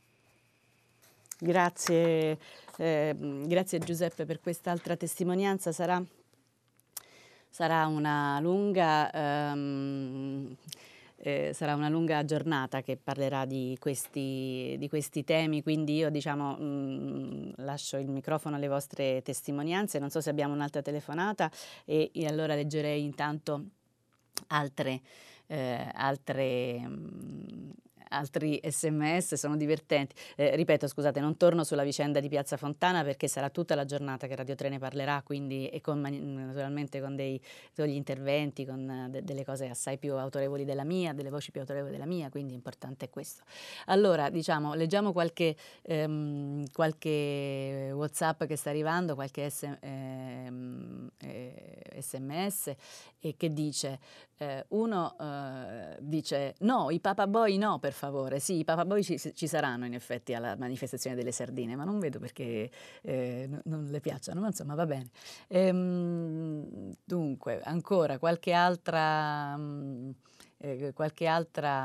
Grazie, eh, grazie Giuseppe per quest'altra testimonianza. Sarà, sarà una lunga ehm, eh, sarà una lunga giornata che parlerà di questi, di questi temi, quindi io diciamo mh, lascio il microfono alle vostre testimonianze. Non so se abbiamo un'altra telefonata e, e allora leggerei intanto altre eh, altre mh, altri sms, sono divertenti. Eh, ripeto, scusate, non torno sulla vicenda di Piazza Fontana perché sarà tutta la giornata che Radio tre ne parlerà, quindi e con, naturalmente con dei, degli interventi, con de, delle cose assai più autorevoli della mia, delle voci più autorevoli della mia, quindi importante è questo. Allora, diciamo, leggiamo qualche, ehm, qualche WhatsApp che sta arrivando, qualche S, ehm, eh, sms e che dice, eh, uno eh, dice no, i papaboi no, per favore. Sì, i papaboi ci, ci saranno in effetti alla manifestazione delle sardine, ma non vedo perché eh, n- non le piacciono, ma insomma va bene. Ehm, dunque, ancora qualche altra... Mh, Eh, qualche altra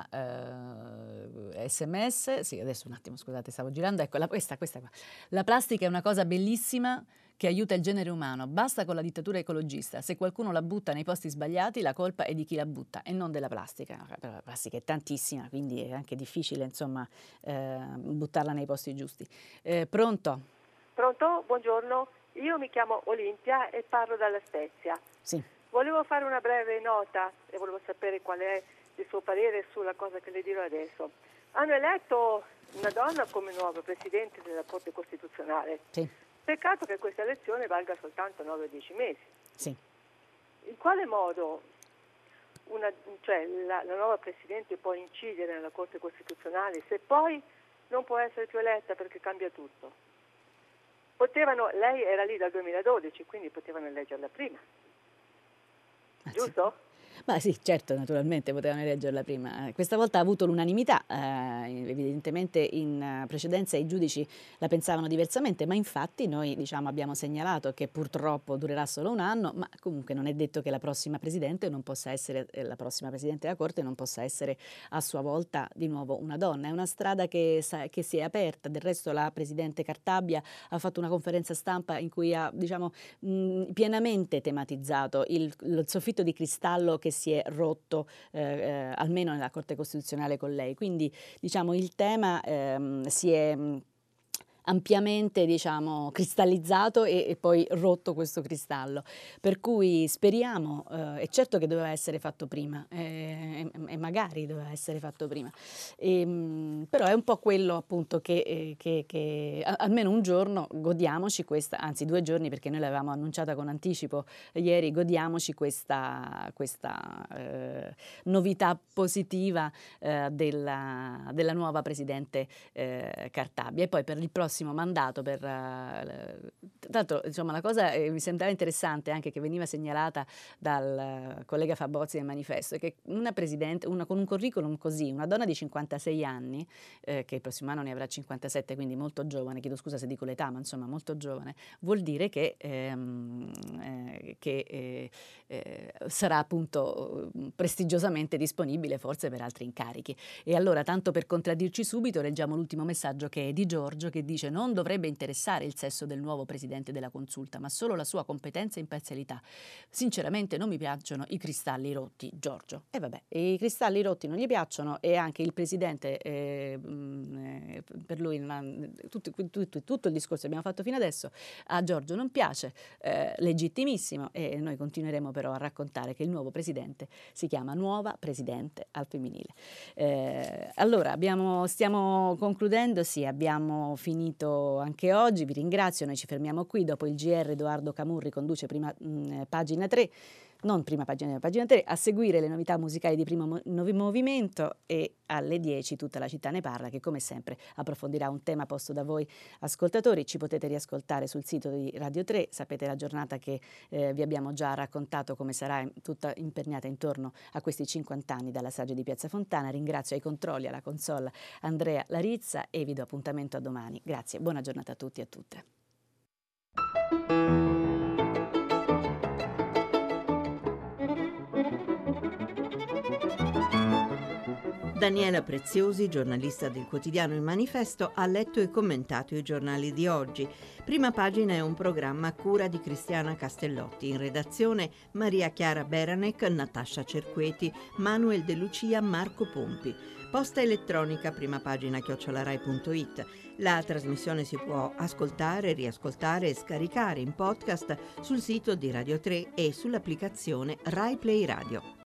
eh, sms, sì, adesso un attimo, scusate, stavo girando, ecco, la, questa, questa qua. La plastica è una cosa bellissima che aiuta il genere umano, basta con la dittatura ecologista, se qualcuno la butta nei posti sbagliati la colpa è di chi la butta e non della plastica, però la plastica è tantissima, quindi è anche difficile, insomma, eh, buttarla nei posti giusti. Eh, pronto? Pronto, buongiorno, io mi chiamo Olimpia e parlo dalla Spezia. Sì. Volevo fare una breve nota e volevo sapere qual è il suo parere sulla cosa che le dirò adesso. Hanno eletto una donna come nuova Presidente della Corte Costituzionale. Sì. Peccato che questa elezione valga soltanto nove o dieci mesi. Sì. In quale modo una, cioè, la, la nuova Presidente può incidere nella Corte Costituzionale se poi non può essere più eletta perché cambia tutto? Potevano, lei era lì dal duemiladodici, quindi potevano eleggerla prima. giusto? Ma sì, certo, naturalmente potevano eleggerla prima. Questa volta ha avuto l'unanimità, eh, evidentemente in precedenza i giudici la pensavano diversamente, ma infatti noi diciamo, abbiamo segnalato che purtroppo durerà solo un anno, ma comunque non è detto che la prossima Presidente non possa essere, eh, la prossima Presidente della Corte non possa essere a sua volta di nuovo una donna. È una strada che, sa, che si è aperta, del resto la Presidente Cartabia ha fatto una conferenza stampa in cui ha diciamo, mh, pienamente tematizzato il, il soffitto di cristallo che si è rotto eh, eh, almeno nella Corte Costituzionale con lei, quindi diciamo il tema ehm, si è mh, ampiamente diciamo, cristallizzato e, e poi rotto questo cristallo, per cui speriamo, eh, è certo che doveva essere fatto prima eh, e, e magari doveva essere fatto prima, e, mh, però è un po' quello appunto che, eh, che, che a, almeno un giorno godiamoci questa, anzi due giorni perché noi l'avevamo annunciata con anticipo ieri, godiamoci questa, questa eh, novità positiva eh, della, della nuova Presidente eh, Cartabia. E poi per il prossimo mandato per uh, tra l'altro insomma la cosa eh, mi sembrava interessante anche che veniva segnalata dal uh, collega Fabozzi del Manifesto è che una presidente una, con un curriculum così, una donna di cinquantasei anni eh, che il prossimo anno ne avrà cinquantasette, quindi molto giovane, chiedo scusa se dico l'età ma insomma molto giovane, vuol dire che, ehm, eh, che eh, eh, sarà appunto prestigiosamente disponibile forse per altri incarichi. E allora tanto per contraddirci subito leggiamo l'ultimo messaggio che è di Giorgio che dice: non dovrebbe interessare il sesso del nuovo presidente della consulta, ma solo la sua competenza e imparzialità. Sinceramente non mi piacciono i cristalli rotti, Giorgio. E vabbè, i cristalli rotti non gli piacciono e anche il presidente, eh, eh, per lui non ha, tutto, tutto, tutto il discorso che abbiamo fatto fino adesso a Giorgio non piace, eh, legittimissimo, e noi continueremo però a raccontare che il nuovo presidente si chiama Nuova Presidente al femminile. Eh, allora, abbiamo, stiamo concludendo, sì, abbiamo finito anche oggi, vi ringrazio, noi ci fermiamo qui, dopo il G R Edoardo Camurri conduce prima mh, pagina tre, non prima pagina, pagina tre, a seguire le novità musicali di Primo Mo- Movimento e alle dieci Tutta la città ne parla, che come sempre approfondirà un tema posto da voi ascoltatori. Ci potete riascoltare sul sito di Radio tre, sapete la giornata che eh, vi abbiamo già raccontato come sarà tutta imperniata intorno a questi cinquanta anni dalla strage di Piazza Fontana. Ringrazio ai controlli, alla console Andrea Larizza e vi do appuntamento a domani. Grazie, buona giornata a tutti e a tutte. Daniela Preziosi, giornalista del quotidiano Il Manifesto, ha letto e commentato i giornali di oggi. Prima pagina è un programma a cura di Cristiana Castellotti. In redazione Maria Chiara Beranec, Natascia Cerqueti, Manuel De Lucia, Marco Pompi. Posta elettronica prima pagina chiocciolarai punto it. La trasmissione si può ascoltare, riascoltare e scaricare in podcast sul sito di Radio tre e sull'applicazione Rai Play Radio.